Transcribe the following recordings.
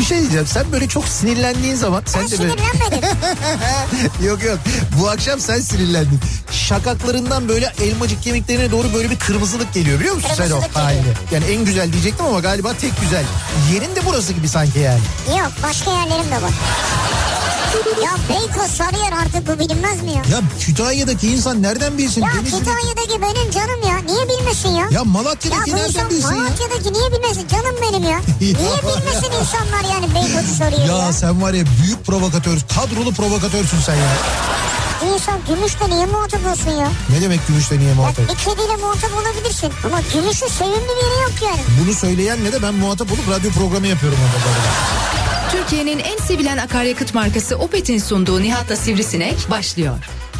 Bir şey diyeceğim, sen böyle çok sinirlendiğin zaman... Ben sinirlenmedim. Yok bu akşam sen sinirlendin. Şakaklarından böyle elmacık kemiklerine doğru böyle bir kırmızılık geliyor, biliyor musun sen o halini? Yani en güzel diyecektim ama galiba tek güzel. Yerin de burası gibi sanki yani. Yok, başka yerlerim de var. Ya Beykoz, Sarıyer, artık bu bilinmez mi ya? Ya Kütahya'daki insan nereden bilsin? Ya Kütahya'daki benim canım ya. Niye bilmesin ya? Ya Malatya'daki ya nereden bilsin ya? Malatya'daki niye bilmesin? Canım benim ya. Niye bilmesin insanlar yani Beykoz'u, Sarıyer'i ya? Ya sen var ya büyük provokatör, kadrolu provokatörsün sen ya. İnsan Gümüş'te niye muhatap olsun ya? Ne demek Gümüş'te niye muhatap? Ya bir kediyle muhatap olabilirsin. Ama Gümüş'ün sevimli bir yeri yok yani. Bunu söyleyenle de ben muhatap olup radyo programı yapıyorum orada. Türkiye'nin en sevilen akaryakıt markası Opet'in sunduğu Nihat'la Sivrisinek başlıyor.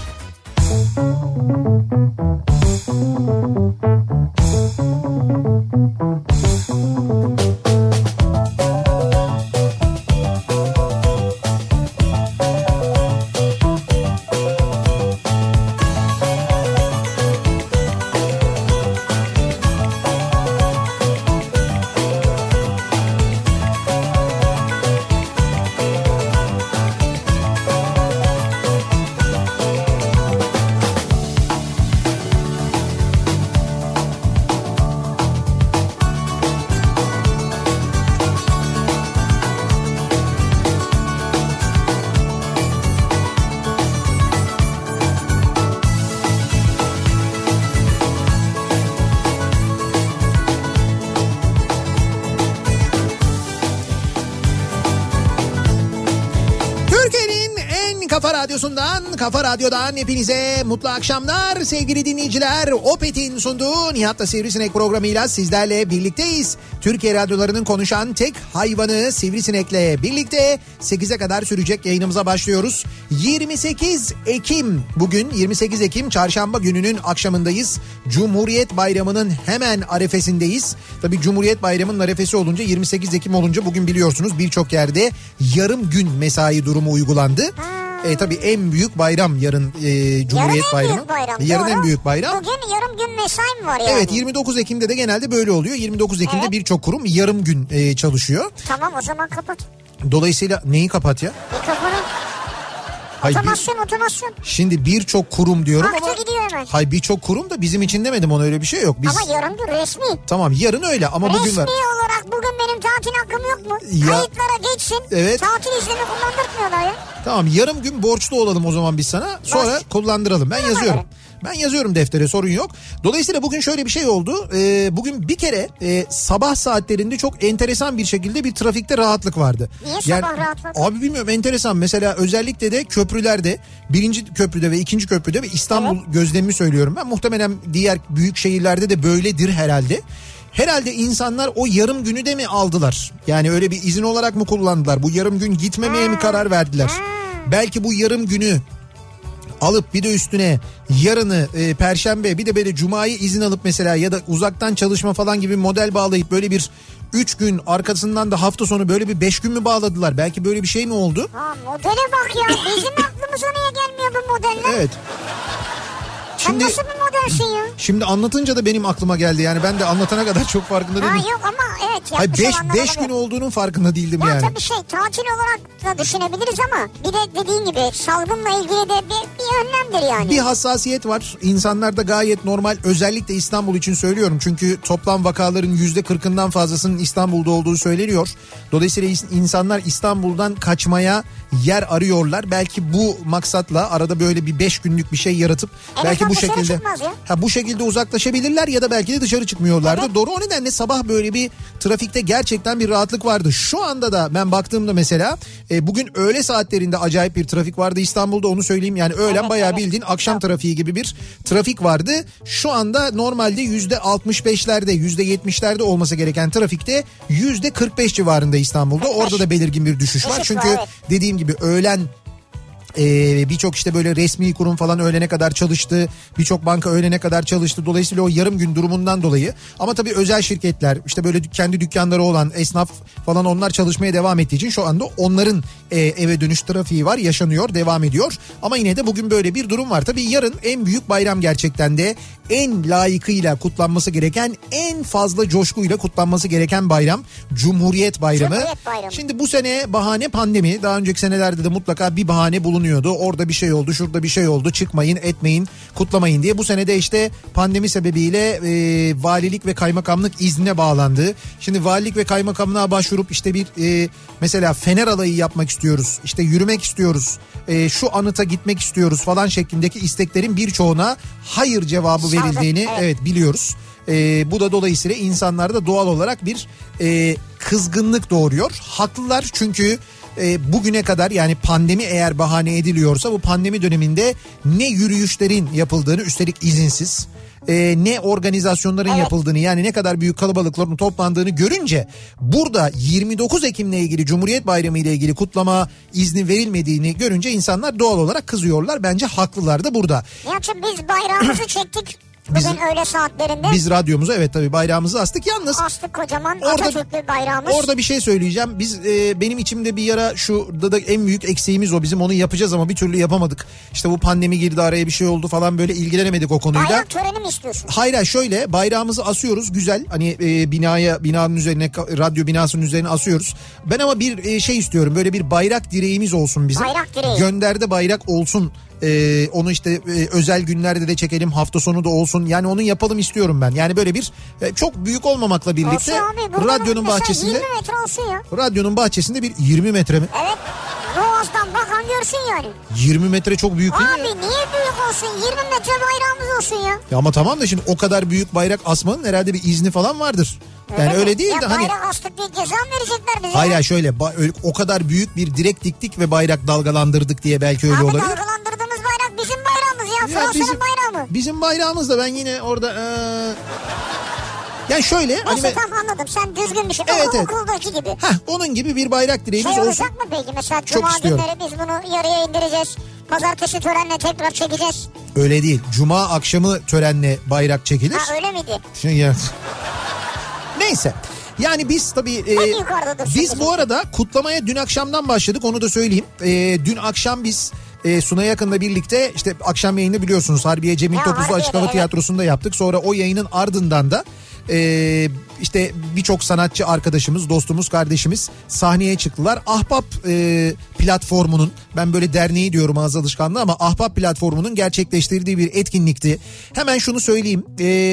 Kafa Radyo'dan hepinize mutlu akşamlar sevgili dinleyiciler. Opet'in sunduğu Nihat'la Sivrisinek programıyla sizlerle birlikteyiz. Türkiye radyolarının konuşan tek hayvanı Sivrisinek'le birlikte 8'e kadar sürecek yayınımıza başlıyoruz. 28 Ekim bugün 28 Ekim çarşamba gününün akşamındayız. Cumhuriyet Bayramı'nın hemen arefesindeyiz. Tabii Cumhuriyet Bayramı'nın arefesi olunca 28 Ekim olunca bugün biliyorsunuz birçok yerde yarım gün mesai durumu uygulandı. Tabii en büyük bayram yarın Cumhuriyet Bayramı. Yarın en büyük bayram. Bugün yarım gün mesai mi var yani? Evet, 29 Ekim'de de genelde böyle oluyor. 29 Ekim'de birçok kurum yarım gün çalışıyor. Tamam, o zaman kapat. Dolayısıyla neyi kapat ya? Mikrofonu. Otomasyon. Şimdi birçok kurum diyorum Akça ama. Gidiyor hemen. Hayır, birçok kurum da bizim için demedim, ona öyle bir şey yok. Ama yarın gün resmi. Tamam, yarın öyle ama resmi bugün var. Resmi olarak bugün benim tatil hakkım yok mu? Kayıtlara geçsin. Evet. Tatil iznini kullandırmıyorlar ya. Tamam, yarım gün borçlu olalım o zaman biz sana. Sonra kullandıralım. Ben yazıyorum. Ben yazıyorum deftere, sorun yok. Dolayısıyla bugün şöyle bir şey oldu. Bugün bir kere sabah saatlerinde çok enteresan bir şekilde bir trafikte rahatlık vardı. Niye sabah rahatlık? Abi bilmiyorum, enteresan. Mesela özellikle de köprülerde, birinci köprüde ve ikinci köprüde ve İstanbul gözlemimi söylüyorum ben. Muhtemelen diğer büyük şehirlerde de böyledir herhalde. Herhalde insanlar o yarım günü de mi aldılar? Yani öyle bir izin olarak mı kullandılar? Bu yarım gün gitmemeye mi karar verdiler? Belki bu yarım günü alıp bir de üstüne yarını Perşembe, bir de böyle Cuma'yı izin alıp mesela ya da uzaktan çalışma falan gibi model bağlayıp böyle bir 3 gün arkasından da hafta sonu böyle bir 5 gün mü bağladılar? Belki böyle bir şey mi oldu? Modele bak ya, bizim aklımıza niye gelmiyor bu modeller? Evet. Sen nasıl bir modelsin ya? Şimdi anlatınca da benim aklıma geldi. Yani ben de anlatana kadar çok farkında değilim. Yok ama evet. Hayır, 5 gün olduğunun farkında değildim yani. Tabii tatil olarak da düşünebiliriz ama bir de dediğin gibi salgınla ilgili de bir önlemdir yani. Bir hassasiyet var. İnsanlar da gayet normal, özellikle İstanbul için söylüyorum. Çünkü toplam vakaların %40'ından fazlasının İstanbul'da olduğu söyleniyor. Dolayısıyla insanlar İstanbul'dan kaçmaya yer arıyorlar. Belki bu maksatla arada böyle bir 5 günlük bir şey yaratıp belki bu şekilde uzaklaşabilirler ya da belki de dışarı çıkmıyorlardı. Evet. Doğru, o nedenle sabah böyle bir trafikte gerçekten bir rahatlık vardı. Şu anda da ben baktığımda mesela bugün öğle saatlerinde acayip bir trafik vardı İstanbul'da, onu söyleyeyim. Yani öğlen bayağı bildiğin akşam trafiği gibi bir trafik vardı. Şu anda normalde %65'lerde %70'lerde olması gereken trafikte %45 civarında İstanbul'da. Orada da belirgin bir düşüş var. Çünkü dediğim gibi öğlen Birçok işte böyle resmi kurum falan öğlene kadar çalıştı. Birçok banka öğlene kadar çalıştı. Dolayısıyla o yarım gün durumundan dolayı. Ama tabii özel şirketler, işte böyle kendi dükkanları olan esnaf falan, onlar çalışmaya devam ettiği için şu anda onların eve dönüş trafiği var, yaşanıyor, devam ediyor. Ama yine de bugün böyle bir durum var. Tabii yarın en büyük bayram, gerçekten de en layıkıyla kutlanması gereken, en fazla coşkuyla kutlanması gereken bayram Cumhuriyet Bayramı. Cumhuriyet Bayramı. Şimdi bu sene bahane pandemi. Daha önceki senelerde de mutlaka bir bahane bulunuyordu. Orada bir şey oldu, şurada bir şey oldu. Çıkmayın, etmeyin, kutlamayın diye. Bu sene de işte pandemi sebebiyle valilik ve kaymakamlık iznine bağlandı. Şimdi valilik ve kaymakamlığa başvurup işte bir mesela Fener alayı yapmak istiyoruz, İşte yürümek istiyoruz, şu anıta gitmek istiyoruz falan şeklindeki isteklerin birçoğuna hayır cevabı verildiğini evet biliyoruz. Bu da dolayısıyla insanlarda doğal olarak bir kızgınlık doğuruyor. Haklılar, çünkü bugüne kadar, yani pandemi eğer bahane ediliyorsa, bu pandemi döneminde ne yürüyüşlerin yapıldığını, üstelik izinsiz, ne organizasyonların yapıldığını, yani ne kadar büyük kalabalıkların toplandığını görünce, burada 29 Ekim'le ilgili, Cumhuriyet Bayramı ile ilgili kutlama izni verilmediğini görünce insanlar doğal olarak kızıyorlar. Bence haklılar da burada. Nihat'cığım biz bayrağımızı çektik. Bugün öğle saatlerinde. Biz radyomuzu evet tabii bayrağımızı astık. Yalnız astık kocaman Atatürk'lü bayrağımız. Orada bir şey söyleyeceğim. Biz benim içimde bir yara, şurada da en büyük eksiğimiz o. Bizim onu yapacağız ama bir türlü yapamadık. İşte bu pandemi girdi araya, bir şey oldu falan, böyle ilgilenemedik o konuyla. Bayrak töreni mi istiyorsun? Hayır, şöyle, bayrağımızı asıyoruz güzel. Hani binanın üzerine, radyo binasının üzerine asıyoruz. Ben ama bir şey istiyorum. Böyle bir bayrak direğimiz olsun bizim. Bayrak direği. Gönderde bayrak olsun. Onu işte özel günlerde de çekelim, hafta sonu da olsun. Yani onu yapalım istiyorum ben. Yani böyle bir çok büyük olmamakla birlikte abi, radyonun bahçesinde 20 metre olsun ya. Radyonun bahçesinde bir 20 metre mi? Evet. Boğaz'dan bakan görsün yani. 20 metre çok büyük değil mi? Abi niye büyük olsun? 20 metre bayrağımız olsun ya. Ya ama tamam da şimdi o kadar büyük bayrak asmanın herhalde bir izni falan vardır. Yani öyle değil de hani. Bayrak astık diye ceza mı verecekler bize? Hayır şöyle, o kadar büyük bir direk diktik ve bayrak dalgalandırdık diye belki öyle olabilir. Abi dalgalandırdığımız bayrak bizim bayrağımız ya. Fransa'nın bayrağı mı? Bizim bayrağımız da ben yine orada... Yani şöyle... Nasıl tam anladım, sen düzgün bir şey. Evet. Okuldaki gibi. Onun gibi bir bayrak direğimiz olsun. Şey olacak mı peki mesela Cuma günleri biz bunu yarıya indireceğiz. Pazartesi törenle tekrar çekeceğiz. Öyle değil. Cuma akşamı törenle bayrak çekilir. Öyle miydi? Neyse. Yani biz tabii biz bu arada kutlamaya dün akşamdan başladık, onu da söyleyeyim. Dün akşam biz Sunay Akın'la birlikte işte akşam yayını biliyorsunuz Harbiye Cemil Topuzlu Açık Hava Tiyatrosu'nda yaptık. Sonra o yayının ardından da işte birçok sanatçı arkadaşımız, dostumuz, kardeşimiz sahneye çıktılar. Ahbap platformunun, ben böyle derneği diyorum ağız alışkanlığı ama Ahbap platformunun gerçekleştirdiği bir etkinlikti. Hemen şunu söyleyeyim,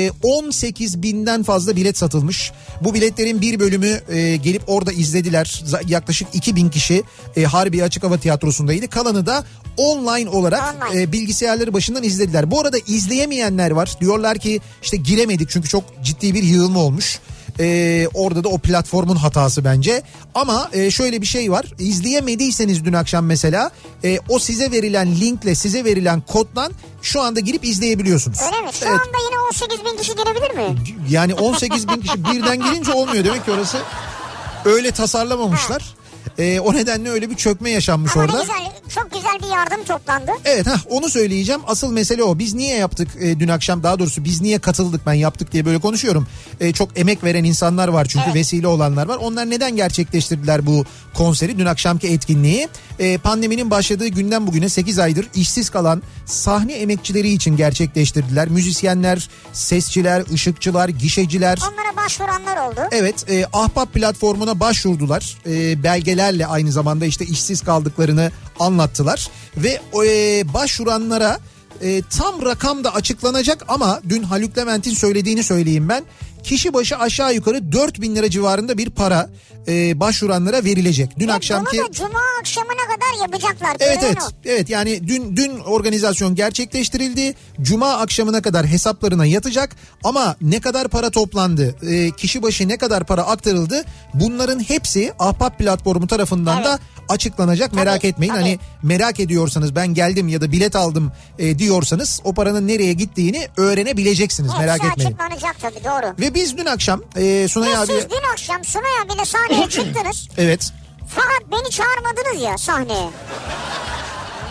18 binden fazla bilet satılmış. Bu biletlerin bir bölümü gelip orada izlediler. Yaklaşık 2000 kişi Harbiye Açık Hava Tiyatrosu'ndaydı. Kalanı da online olarak bilgisayarları başından izlediler. Bu arada izleyemeyenler var. Diyorlar ki işte giremedik çünkü çok ciddi bir yığılma olmuş. Orada da o platformun hatası bence. Ama şöyle bir şey var. İzleyemediyseniz dün akşam mesela o size verilen linkle, size verilen koddan şu anda girip izleyebiliyorsunuz. Öyle mi? Şu anda yine 18 bin kişi girebilir mi? Yani 18 bin kişi birden girince olmuyor. Demek ki orası öyle tasarlamamışlar. O nedenle öyle bir çökme yaşanmış ama orada. Ama güzel, çok güzel bir yardım toplandı. Evet, onu söyleyeceğim. Asıl mesele o. Biz niye yaptık dün akşam, daha doğrusu biz niye katıldık, ben yaptık diye böyle konuşuyorum. Çok emek veren insanlar var çünkü, vesile olanlar var. Onlar neden gerçekleştirdiler bu konseri, dün akşamki etkinliği? Pandeminin başladığı günden bugüne 8 aydır işsiz kalan sahne emekçileri için gerçekleştirdiler. Müzisyenler, sesçiler, ışıkçılar, gişeciler. Onlara başvuranlar oldu. Evet, Ahbap platformuna başvurdular. Belgelerle aynı zamanda işte işsiz kaldıklarını anlattılar. Ve başvuranlara tam rakam da açıklanacak ama dün Haluk Levent'in söylediğini söyleyeyim ben. Kişi başı aşağı yukarı 4.000 lira civarında bir para başvuranlara verilecek. Dün akşamki... Bunu da Cuma akşamına kadar yapacaklar. Evet yani dün organizasyon gerçekleştirildi. Cuma akşamına kadar hesaplarına yatacak ama ne kadar para toplandı, kişi başı ne kadar para aktarıldı, bunların hepsi Ahbap platformu tarafından da açıklanacak. Merak etmeyin. Hani merak ediyorsanız, ben geldim ya da bilet aldım diyorsanız o paranın nereye gittiğini öğrenebileceksiniz. Merak etmeyin. Açıklanacak tabii, doğru. Ve biz dün akşam Sunay abi... Siz dün akşam Sunay abiyle sahneye çıktınız. Evet. Fakat beni çağırmadınız ya sahneye.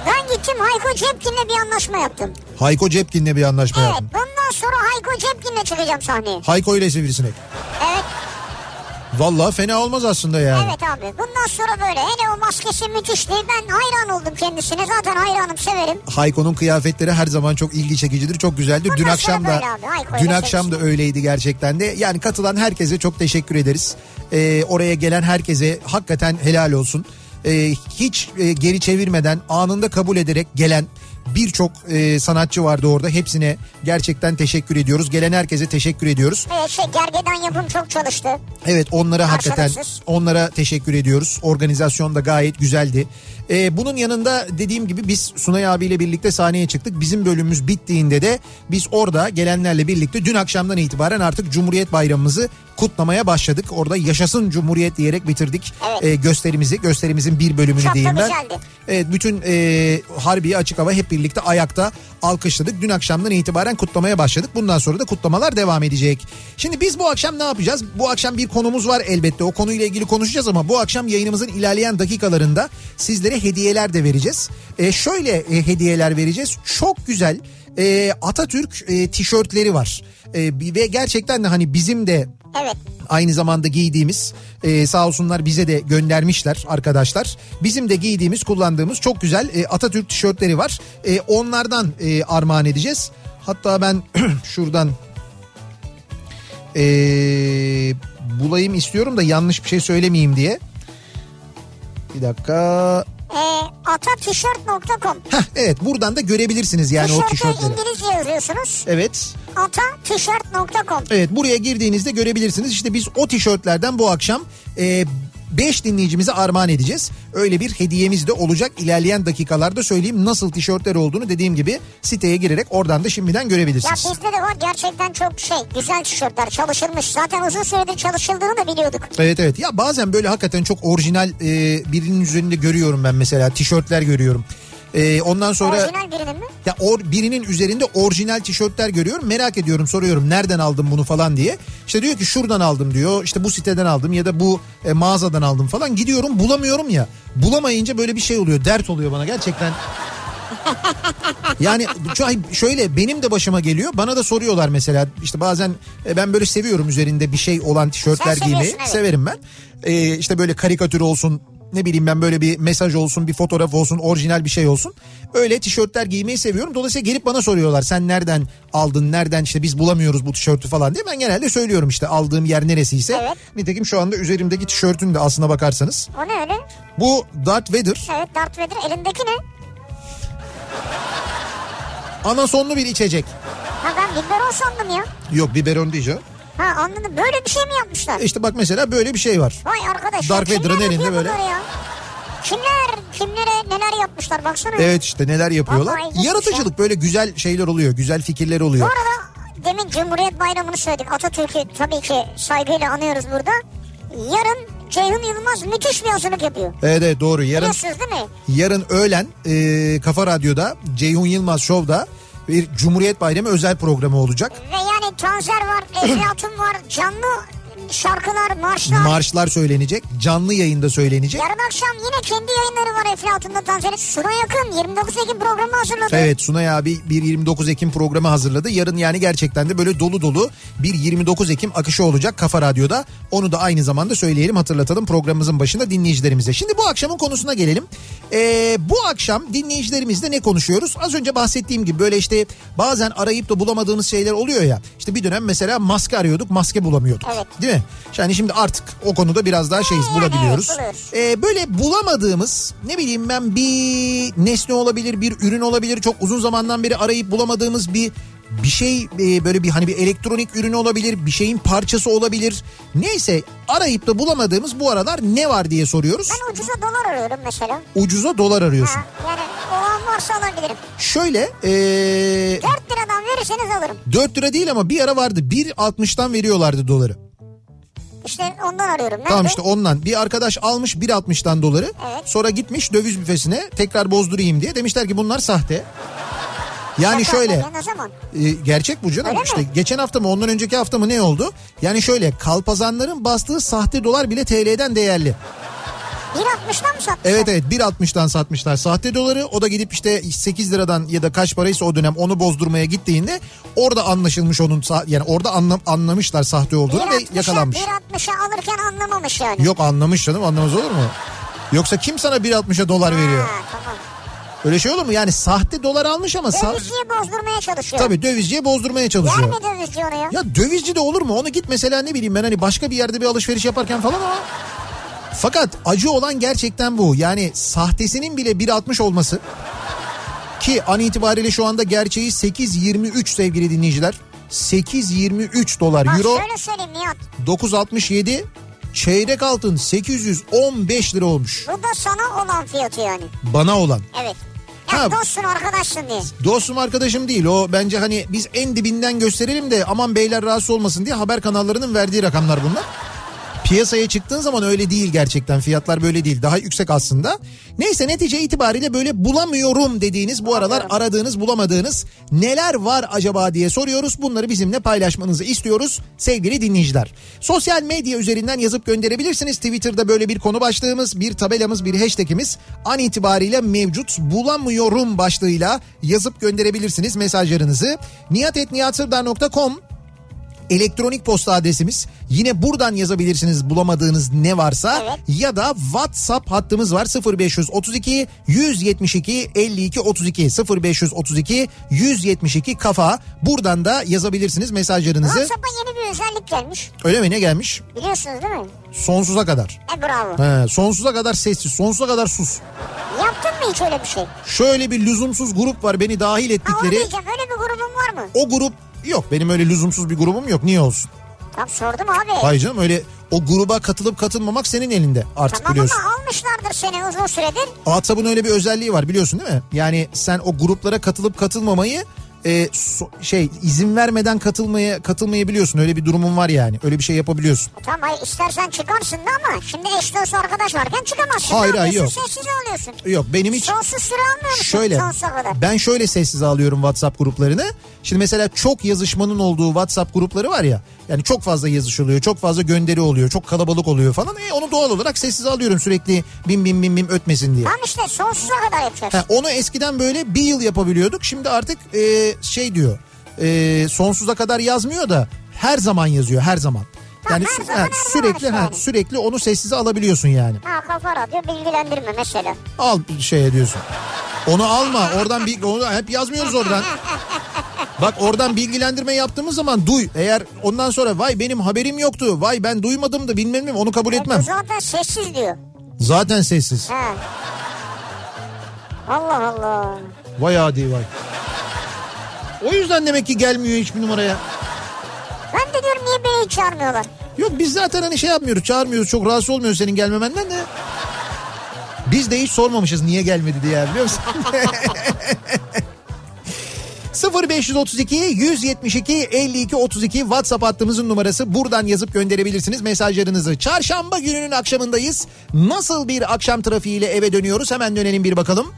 Ben gittim Hayko Cepkin'le bir anlaşma yaptım. Hayko Cepkin'le bir anlaşma yaptın. Evet, bundan sonra Hayko Cepkin'le çıkacağım sahneye. Hayko ile Sivrisinek. Evet. Vallahi fena olmaz aslında yani. Evet abi, bundan sonra böyle, hele o maskesi müthişti. Ben hayran oldum kendisine, zaten hayranım, severim. Hayko'nun kıyafetleri her zaman çok ilgi çekicidir, çok güzeldir. Bundan Dün akşam da öyleydi gerçekten de. Yani katılan herkese çok teşekkür ederiz. Oraya gelen herkese hakikaten helal olsun. Hiç geri çevirmeden, anında kabul ederek gelen birçok sanatçı vardı orada. Hepsine gerçekten teşekkür ediyoruz. Gelen herkese teşekkür ediyoruz. Evet, Gergedan yapım çok çalıştı. Evet, onlara hakikaten teşekkür ediyoruz. Organizasyon da gayet güzeldi. Bunun yanında dediğim gibi biz Sunay abiyle birlikte sahneye çıktık. Bizim bölümümüz bittiğinde de biz orada gelenlerle birlikte dün akşamdan itibaren artık Cumhuriyet Bayramımızı kutlamaya başladık. Orada yaşasın Cumhuriyet diyerek bitirdik gösterimizi. Gösterimizin bir bölümünü çok diyeyim ben. Güzeldi. Evet, bütün Harbiye Açık Hava hep birlikte ayakta alkışladık. Dün akşamdan itibaren kutlamaya başladık. Bundan sonra da kutlamalar devam edecek. Şimdi biz bu akşam ne yapacağız? Bu akşam bir konumuz var elbette. O konuyla ilgili konuşacağız ama bu akşam yayınımızın ilerleyen dakikalarında sizlere hediyeler de vereceğiz. Şöyle hediyeler vereceğiz. Çok güzel Atatürk tişörtleri var. Ve gerçekten de hani bizim de aynı zamanda giydiğimiz, sağ olsunlar bize de göndermişler arkadaşlar. Bizim de giydiğimiz, kullandığımız çok güzel Atatürk tişörtleri var. Onlardan armağan edeceğiz. Hatta ben şuradan bulayım istiyorum da yanlış bir şey söylemeyeyim diye. Bir dakika. Atatişört.com. Evet, buradan da görebilirsiniz yani o tişörtleri. İngilizce yazıyorsunuz. Evet. Atatişört.com. Evet, buraya girdiğinizde görebilirsiniz. İşte biz o tişörtlerden bu akşam 5 dinleyicimize armağan edeceğiz. Öyle bir hediyemiz de olacak. İlerleyen dakikalarda söyleyeyim nasıl tişörtler olduğunu, dediğim gibi siteye girerek oradan da şimdiden görebilirsiniz. Ya bizde de var gerçekten çok güzel tişörtler, çalışılmış. Zaten uzun süredir çalışıldığını da biliyorduk. Evet. Ya bazen böyle hakikaten çok orijinal birinin üzerinde görüyorum ben mesela, tişörtler görüyorum. Ondan sonra orijinal birinin mi? Ya birinin üzerinde orijinal tişörtler görüyorum. Merak ediyorum, soruyorum nereden aldın bunu falan diye. İşte diyor ki şuradan aldım diyor. İşte bu siteden aldım ya da bu mağazadan aldım falan. Gidiyorum, bulamıyorum ya. Bulamayınca böyle bir şey oluyor. Dert oluyor bana gerçekten. Yani şöyle benim de başıma geliyor. Bana da soruyorlar mesela. İşte bazen ben böyle seviyorum üzerinde bir şey olan tişörtler giymeyi. Evet. Severim ben. İşte böyle karikatür olsun, ne bileyim ben, böyle bir mesaj olsun, bir fotoğraf olsun, orijinal bir şey olsun. Öyle tişörtler giymeyi seviyorum. Dolayısıyla gelip bana soruyorlar, sen nereden aldın, nereden, işte biz bulamıyoruz bu tişörtü falan diye. Ben genelde söylüyorum işte aldığım yer neresiyse. Evet. Nitekim şu anda üzerimdeki tişörtün de aslına bakarsanız. O ne öyle? Bu Darth Vader. Evet, Darth Vader. Elindeki ne? Anasonlu bir içecek. Ha, ben biberon sandım ya. Yok, biberon değil canım. Ha, anladım. Böyle bir şey mi yapmışlar? İşte bak mesela böyle bir şey var. Vay arkadaş. Darth Vader'ın elinde böyle. Kimlere neler yapmışlar baksana. Evet, işte neler yapıyorlar. Yaratıcılık, böyle güzel şeyler oluyor. Güzel fikirler oluyor. Bu arada demin Cumhuriyet Bayramı'nı söyledik. Atatürk'ü tabii ki saygıyla anıyoruz burada. Yarın Ceyhun Yılmaz müthiş bir hazırlık yapıyor. Evet doğru. Biliyorsunuz değil mi? Yarın öğlen Kafa Radyo'da Ceyhun Yılmaz Show'da bir Cumhuriyet Bayramı özel programı olacak. Ve yani Tanzer var, Eflatun var, canlı şarkılar, marşlar söylenecek. Canlı yayında söylenecek. Yarın akşam yine kendi yayınları var Eflatun'da Tanzer'in. Sunay Akın 29 Ekim programı hazırladı. Evet, Sunay abi bir 29 Ekim programı hazırladı. Yarın yani gerçekten de böyle dolu dolu bir 29 Ekim akışı olacak Kafa Radyo'da. Onu da aynı zamanda söyleyelim, hatırlatalım programımızın başında dinleyicilerimize. Şimdi bu akşamın konusuna gelelim. Bu akşam dinleyicilerimizle ne konuşuyoruz? Az önce bahsettiğim gibi böyle işte bazen arayıp da bulamadığımız şeyler oluyor ya. İşte bir dönem mesela maske arıyorduk, maske bulamıyorduk. Evet. Değil mi? Yani şimdi artık o konuda biraz daha bulabiliyoruz. Evet, böyle bulamadığımız, ne bileyim ben, bir nesne olabilir, bir ürün olabilir. Çok uzun zamandan beri arayıp bulamadığımız bir şey, böyle bir hani bir elektronik ürün olabilir, bir şeyin parçası olabilir. Neyse, arayıp da bulamadığımız bu aralar ne var diye soruyoruz. Ben ucuza dolar arıyorum mesela. Ucuza dolar arıyorsun. Yani olan varsa alabilirim. Şöyle 4 liradan verirseniz alırım. 4 lira değil ama bir ara vardı, 1.60'tan veriyorlardı doları. İşte ondan arıyorum. Nerede? Tamam, işte ondan. Bir arkadaş almış 1.60'tan doları. Evet. Sonra gitmiş döviz büfesine tekrar bozdurayım diye. Demişler ki bunlar sahte. Yani şöyle. Ne zaman? Gerçek bu canım. Öyle işte mi? geçen hafta mı ondan önceki hafta mı ne oldu? Yani şöyle, kalpazanların bastığı sahte dolar bile TL'den değerli. 1.60'dan mı satmışlar? Evet 1.60'dan satmışlar sahte doları. O da gidip işte 8 liradan ya da kaç paraysa o dönem onu bozdurmaya gittiğinde orada anlaşılmış onun yani orada anlamışlar sahte olduğunu ve yakalanmış. 1.60'a alırken anlamamış yani. Yok anlamış canım, anlamaz olur mu? Yoksa kim sana 1.60'a dolar veriyor? Tamam. Öyle şey olur mu? Yani sahte dolar almış ama... Dövizciye bozdurmaya çalışıyor. Tabii dövizciye bozdurmaya çalışıyor. Yer mi dövizci onu ya? Ya dövizci de olur mu? Onu git mesela ne bileyim ben hani başka bir yerde bir alışveriş yaparken falan ama... Fakat acı olan gerçekten bu. Yani sahtesinin bile 1.60 olması... Ki an itibariyle şu anda gerçeği 8.23 sevgili dinleyiciler. 8.23 dolar. Bak Euro şöyle söyleyeyim Nihat. 9.67. Çeyrek altın 815 lira olmuş. Bu da sana olan fiyatı yani. Bana olan. Evet. Ya dostsun arkadaşsın diye. Dostum arkadaşım değil o, bence hani biz en dibinden gösterelim de aman beyler rahatsız olmasın diye haber kanallarının verdiği rakamlar bunlar. Piyasaya çıktığın zaman öyle değil gerçekten, fiyatlar böyle değil, daha yüksek aslında. Neyse netice itibariyle böyle bulamıyorum dediğiniz, bu aralar aradığınız bulamadığınız neler var acaba diye soruyoruz. Bunları bizimle paylaşmanızı istiyoruz sevgili dinleyiciler. Sosyal medya üzerinden yazıp gönderebilirsiniz. Twitter'da böyle bir konu başlığımız, bir tabelamız, bir hashtagimiz an itibariyle mevcut. Bulamıyorum başlığıyla yazıp gönderebilirsiniz mesajlarınızı. nihat@nihatsırdar.com elektronik posta adresimiz. Yine buradan yazabilirsiniz bulamadığınız ne varsa. Evet. Ya da WhatsApp hattımız var 0532 172 52 32 0532 172 kafa. Buradan da yazabilirsiniz mesajlarınızı. WhatsApp'a yeni bir özellik gelmiş. Öyle mi, ne gelmiş? Biliyorsunuz değil mi? Sonsuza kadar. Bravo. Sonsuza kadar sessiz, sonsuza kadar sus. Yaptın mı hiç öyle bir şey? Şöyle bir lüzumsuz grup var beni dahil ettikleri. Onu diyeceğim, öyle bir grubun var mı? O grup yok, benim öyle lüzumsuz bir grubum yok, niye olsun? Tam sordum abi. Hayır canım, öyle o gruba katılıp katılmamak senin elinde artık, tamam, biliyorsun. Ama almışlardır seni uzun süredir. WhatsApp'ın öyle bir özelliği var biliyorsun değil mi? Yani sen o gruplara katılıp katılmamayı izin vermeden katılmayabiliyorsun. Öyle bir durumun var yani. Öyle bir şey yapabiliyorsun. Tamam, hayır, istersen çıkarsın da ama şimdi eş dost arkadaş varken çıkamazsın. Hayır yok. Sessiz alıyorsun. Yok benim hiç. Sonsuz süre almıyor musun? Şöyle, sonsuza kadar. ben şöyle sessiz alıyorum WhatsApp gruplarını. Şimdi mesela çok yazışmanın olduğu WhatsApp grupları var ya. Yani çok fazla yazışılıyor, çok fazla gönderi oluyor, çok kalabalık oluyor falan. Onu doğal olarak sessiz alıyorum sürekli bim ötmesin diye. Tamam işte sonsuza kadar yapacağız. Onu eskiden böyle bir yıl yapabiliyorduk. Şimdi artık diyor. Sonsuza kadar yazmıyor da her zaman yazıyor, her zaman. Yani sürekli onu sessize alabiliyorsun yani. Kafa Radyo bilgilendirme mesela. Al diyorsun. Onu alma. Oradan onu hep yazmıyoruz oradan. Bak oradan bilgilendirme yaptığımız zaman duy. Eğer ondan sonra vay benim haberim yoktu, vay ben duymadım da bilmem mi, onu kabul etmem. Zaten sessiz diyor. Zaten sessiz. Allah Allah. Vay adi vay. O yüzden demek ki gelmiyor hiçbir numaraya. Ben de diyorum niye beni hiç çağırmıyorlar? Yok biz zaten hani yapmıyoruz, çağırmıyoruz, çok rahatsız olmuyoruz senin gelmemenden de. Biz de hiç sormamışız niye gelmedi diye, biliyor musun? 0532 172 52 32 WhatsApp hattımızın numarası. Buradan yazıp gönderebilirsiniz mesajlarınızı. Çarşamba gününün akşamındayız. Nasıl bir akşam trafiğiyle eve dönüyoruz? Hemen dönelim bir bakalım.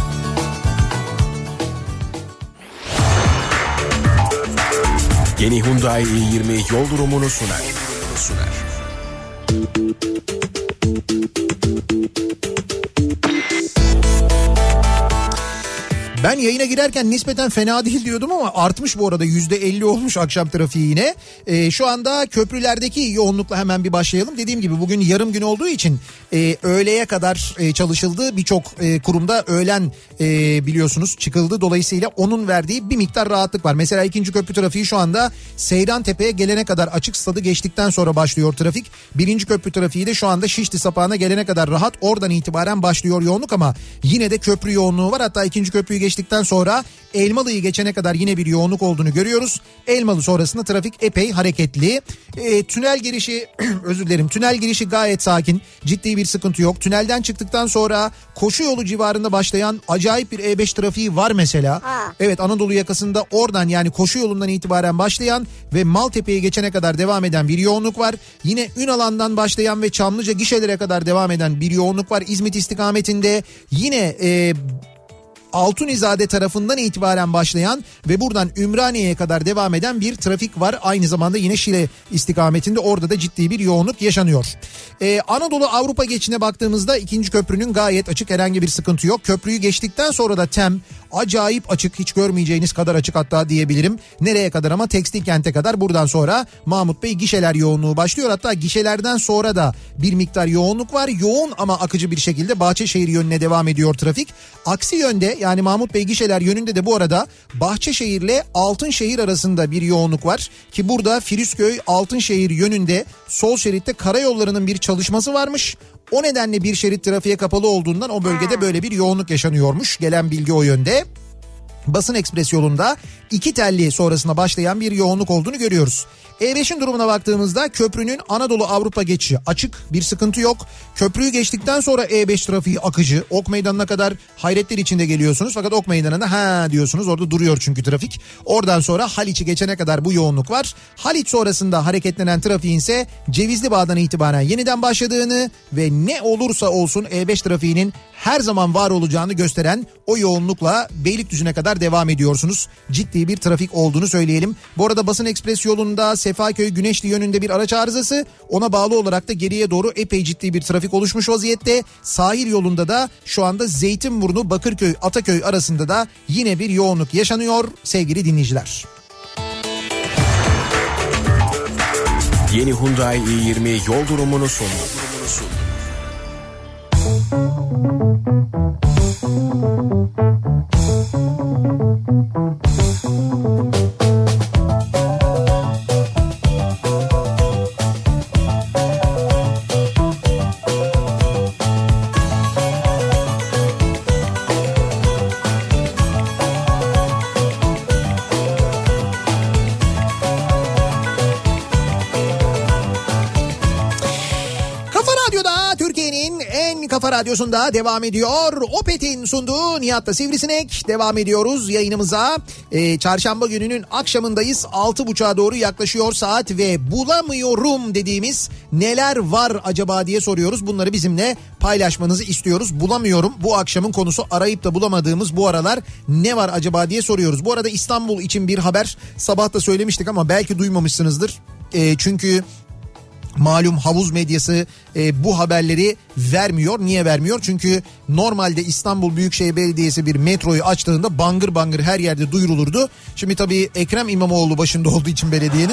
Yeni Hyundai i20 yol durumunu sunar. Ben yayına girerken nispeten fena değil diyordum ama artmış bu arada, %50 olmuş akşam trafiği yine. Şu anda köprülerdeki yoğunlukla hemen bir başlayalım. Dediğim gibi bugün yarım gün olduğu için öğleye kadar çalışıldı. Birçok kurumda öğlen biliyorsunuz çıkıldı. Dolayısıyla onun verdiği bir miktar rahatlık var. Mesela 2. köprü trafiği şu anda Seyrantepe'ye gelene kadar açık, stadı geçtikten sonra başlıyor trafik. 1. köprü trafiği de şu anda Şişli sapağına gelene kadar rahat. Oradan itibaren başlıyor yoğunluk ama yine de köprü yoğunluğu var. Hatta 2. köprüyü geçtikten sonra Elmalı'yı geçene kadar yine bir yoğunluk olduğunu görüyoruz. Elmalı sonrasında trafik epey hareketli. Tünel girişi tünel girişi gayet sakin. Ciddi bir sıkıntı yok. Tünelden çıktıktan sonra koşu yolu civarında başlayan acayip bir E5 trafiği var mesela. Evet, Anadolu yakasında oradan yani koşu yolundan itibaren başlayan ve Maltepe'ye geçene kadar devam eden bir yoğunluk var. Yine Ünalan'dan başlayan ve Çamlıca gişelere kadar devam eden bir yoğunluk var. İzmit istikametinde yine Altunizade tarafından itibaren başlayan ve buradan Ümraniye'ye kadar devam eden bir trafik var. Aynı zamanda yine Şile istikametinde orada da ciddi bir yoğunluk yaşanıyor. Anadolu Avrupa geçişine baktığımızda ikinci köprünün gayet açık, herhangi bir sıkıntı yok. Köprüyü geçtikten sonra da TEM acayip açık, hiç görmeyeceğiniz kadar açık hatta diyebilirim. Nereye kadar ama Tekstil Kent'e kadar, buradan sonra Mahmut Bey gişeler yoğunluğu başlıyor. Hatta gişelerden sonra da bir miktar yoğunluk var. Yoğun ama akıcı bir şekilde Bahçeşehir yönüne devam ediyor trafik. Aksi yönde yani Mahmut Bey gişeler yönünde de bu arada Bahçeşehir'le Altınşehir arasında bir yoğunluk var. Ki burada Firuzköy Altınşehir yönünde sol şeritte karayollarının bir çalışması varmış. O nedenle bir şerit trafiğe kapalı olduğundan o bölgede böyle bir yoğunluk yaşanıyormuş. Gelen bilgi o yönde. Basın Ekspres yolunda 2 telli sonrasında başlayan bir yoğunluk olduğunu görüyoruz. E5'in durumuna baktığımızda köprünün Anadolu Avrupa geçişi açık, bir sıkıntı yok. Köprüyü geçtikten sonra E5 trafiği akıcı. Ok Meydanı'na kadar hayretler içinde geliyorsunuz. Fakat Ok Meydanı'na ha diyorsunuz, orada duruyor çünkü trafik. Oradan sonra Haliç'i geçene kadar bu yoğunluk var. Haliç sonrasında hareketlenen trafiğin ise Cevizli Bağ'dan itibaren yeniden başladığını ve ne olursa olsun E5 trafiğinin her zaman var olacağını gösteren o yoğunlukla Beylikdüzü'ne kadar devam ediyorsunuz. Ciddi bir trafik olduğunu söyleyelim. Bu arada Basın Ekspres yolunda Sefaköy Güneşli yönünde bir araç arızası, ona bağlı olarak da geriye doğru epey ciddi bir trafik oluşmuş vaziyette. Sahil yolunda da şu anda Zeytinburnu Bakırköy Ataköy arasında da yine bir yoğunluk yaşanıyor sevgili dinleyiciler. Yeni Hyundai i20 yol durumunu sunuyor. Kafa Radyosu'nda devam ediyor. Opet'in sunduğu Nihat'la Sivrisinek. Devam ediyoruz yayınımıza. Çarşamba gününün akşamındayız. 6.30'a doğru yaklaşıyor saat ve bulamıyorum dediğimiz neler var acaba diye soruyoruz. Bunları bizimle paylaşmanızı istiyoruz. Bulamıyorum. Bu akşamın konusu, arayıp da bulamadığımız bu aralar ne var acaba diye soruyoruz. Bu arada İstanbul için bir haber. Sabah da söylemiştik ama belki duymamışsınızdır. Çünkü malum havuz medyası bu haberleri vermiyor. Niye vermiyor? Çünkü normalde İstanbul Büyükşehir Belediyesi bir metroyu açtığında bangır bangır her yerde duyurulurdu. Şimdi tabii Ekrem İmamoğlu başında olduğu için belediyenin,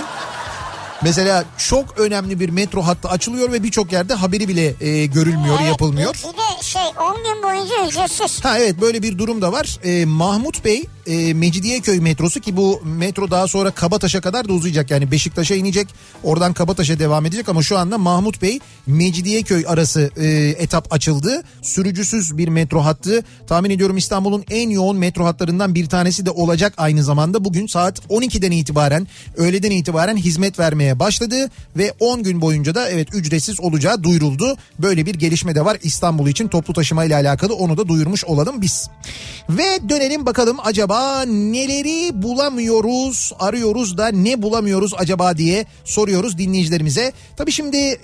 mesela çok önemli bir metro hattı açılıyor ve birçok yerde haberi bile görülmüyor, evet, yapılmıyor. Bir de 10 gün boyunca ücretsiz. Ha evet, böyle bir durum da var. Mahmut Bey Mecidiyeköy metrosu, ki bu metro daha sonra Kabataş'a kadar da uzayacak. Yani Beşiktaş'a inecek, oradan Kabataş'a devam edecek ama şu anda Mahmut Bey Mecidiyeköy arası etap açıldı. Sürücüsüz bir metro hattı. Tahmin ediyorum İstanbul'un en yoğun metro hatlarından bir tanesi de olacak aynı zamanda. Bugün saat 12'den itibaren, öğleden itibaren hizmet vermeye başladı ve 10 gün boyunca da evet ücretsiz olacağı duyuruldu. Böyle bir gelişme de var İstanbul için toplu taşıma ile alakalı, onu da duyurmuş olalım biz. Ve dönelim bakalım acaba neleri bulamıyoruz, arıyoruz da ne bulamıyoruz acaba diye soruyoruz dinleyicilerimize. Tabii şimdi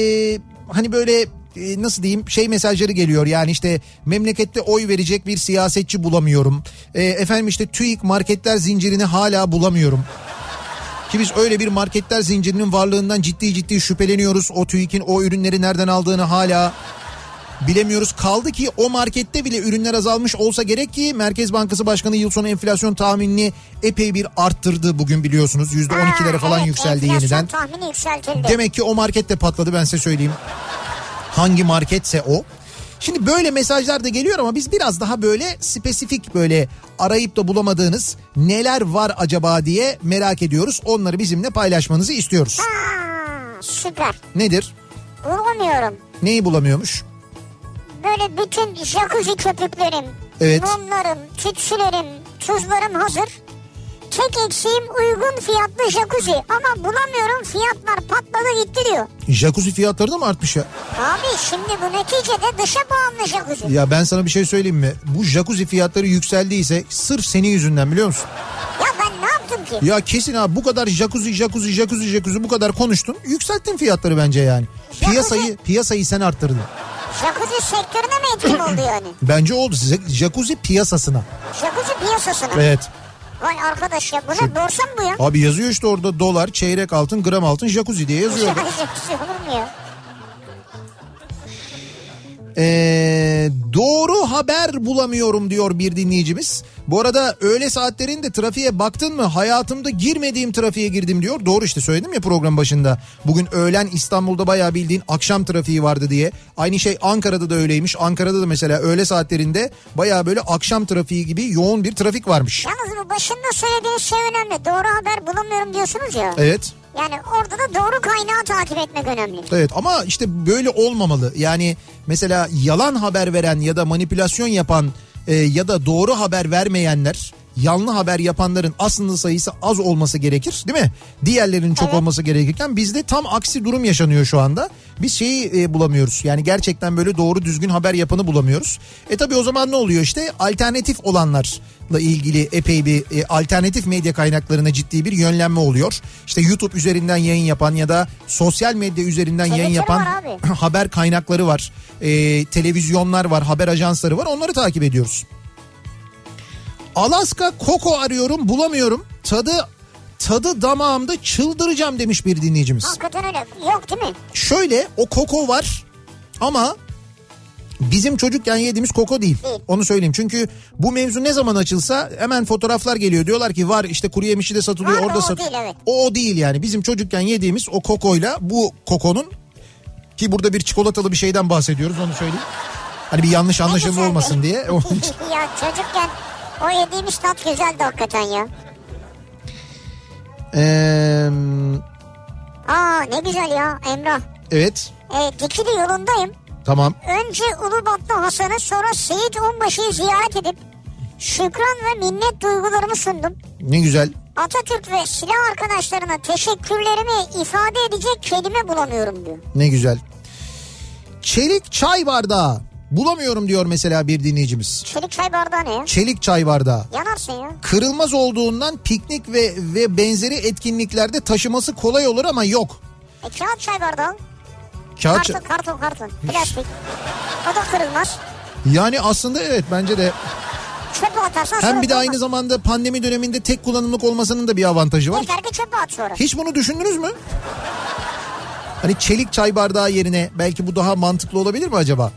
hani böyle nasıl diyeyim, mesajları geliyor, yani işte memlekette oy verecek bir siyasetçi bulamıyorum. Efendim işte TÜİK marketler zincirini hala bulamıyorum. Ki biz öyle bir marketler zincirinin varlığından ciddi şüpheleniyoruz. O TÜİK'in o ürünleri nereden aldığını hala bilemiyoruz. Kaldı ki o markette bile ürünler azalmış olsa gerek ki Merkez Bankası Başkanı yıl sonu enflasyon tahminini epey bir arttırdı bugün, biliyorsunuz. %12'lere falan yükseldi yeniden. Enflasyon tahmini yükseltildi. Demek ki o market de patladı, ben size söyleyeyim. Hangi marketse o. Şimdi böyle mesajlar da geliyor ama biz biraz daha böyle spesifik, böyle arayıp da bulamadığınız neler var acaba diye merak ediyoruz. Onları bizimle paylaşmanızı istiyoruz. Süper. Nedir? Bulamıyorum. Neyi bulamıyormuş? Böyle bütün jacuzzi köpüklerim, evet, mumlarım, tütsülerim, tuzlarım hazır. Tek eksiğim uygun fiyatlı jacuzzi ama bulamıyorum, fiyatlar patladı gitti diyor. Jacuzzi fiyatları da mı artmış ya? Abi şimdi bu neticede dışa bağımlı jacuzzi. Ya ben sana bir şey söyleyeyim mi? Bu jacuzzi fiyatları yükseldiyse sırf senin yüzünden, biliyor musun? Ya ben ne yaptım ki? Ya kesin abi, bu kadar jacuzzi bu kadar konuştun. Yükselttin fiyatları bence yani. Piyasayı sen arttırdın. Jacuzzi sektörüne mi etkin oldu yani? Bence oldu size jacuzzi piyasasına. Jacuzzi piyasasına. Evet. Vay arkadaş ya bu ne borsa mı bu ya? Abi yazıyor işte orada dolar, çeyrek altın, gram altın, jacuzzi diye yazıyor. Jacuzzi olur mu ya? Doğru haber bulamıyorum diyor bir dinleyicimiz. Bu arada öğle saatlerinde trafiğe baktın mı? Hayatımda girmediğim trafiğe girdim diyor. Doğru işte söyledim ya program başında. Bugün öğlen İstanbul'da bayağı bildiğin akşam trafiği vardı diye. Aynı şey Ankara'da da öyleymiş. Ankara'da da mesela öğle saatlerinde bayağı böyle akşam trafiği gibi yoğun bir trafik varmış. Yalnız bu başında söylediğiniz şey önemli. Doğru haber bulamıyorum diyorsunuz ya. Evet. Yani orada da doğru kaynağı takip etmek önemli. Evet ama işte böyle olmamalı. Yani mesela yalan haber veren ya da manipülasyon yapan ya da doğru haber vermeyenler, yanlış haber yapanların aslında sayısı az olması gerekir değil mi? Diğerlerinin çok olması gerekirken bizde tam aksi durum yaşanıyor şu anda. Biz şeyi bulamıyoruz. Yani gerçekten böyle doğru düzgün haber yapanı bulamıyoruz. Tabii o zaman ne oluyor işte alternatif olanlarla ilgili epey bir alternatif medya kaynaklarına ciddi bir yönlenme oluyor. İşte YouTube üzerinden yayın yapan ya da sosyal medya üzerinden yayın yapan haber kaynakları var. Televizyonlar var, haber ajansları var. Onları takip ediyoruz. Alaska Koko arıyorum bulamıyorum. Tadı damağımda çıldıracağım demiş bir dinleyicimiz. Hakikaten öyle yok değil mi? Şöyle o koko var ama bizim çocukken yediğimiz koko değil. Onu söyleyeyim. Çünkü bu mevzu ne zaman açılsa hemen fotoğraflar geliyor. Diyorlar ki var işte kuru yemişi de satılıyor. Var, orada o değil, evet. O değil yani. Bizim çocukken yediğimiz o kokoyla bu kokonun, ki burada bir çikolatalı bir şeyden bahsediyoruz onu söyleyeyim. Hani bir yanlış anlaşılma olmasın diye. Ya çocukken o yediğimiz tat güzeldi hakikaten ya. Ne güzel ya Emrah. Evet. Dikili yolundayım. Tamam. Önce Ulubatlı Hasan'ı sonra Seyit Onbaşı'yı ziyaret edip şükran ve minnet duygularımı sundum. Ne güzel. Atatürk ve silah arkadaşlarına teşekkürlerimi ifade edecek kelime bulamıyorum diyor. Ne güzel. Çelik çay bardağı bulamıyorum diyor mesela bir dinleyicimiz. Çelik çay bardağı ne ya? Çelik çay bardağı. Yanarsın ya. Kırılmaz olduğundan piknik ve benzeri etkinliklerde taşıması kolay olur ama yok. Kağıt çay bardağı. Karton. Plastik. O da kırılmaz. Yani aslında evet bence de. Çöpe atarsan hem bir de aynı zamanda pandemi döneminde tek kullanımlık olmasının da bir avantajı var. Yeter ki çöpe at sonra. Hiç bunu düşündünüz mü? Hani çelik çay bardağı yerine belki bu daha mantıklı olabilir mi acaba?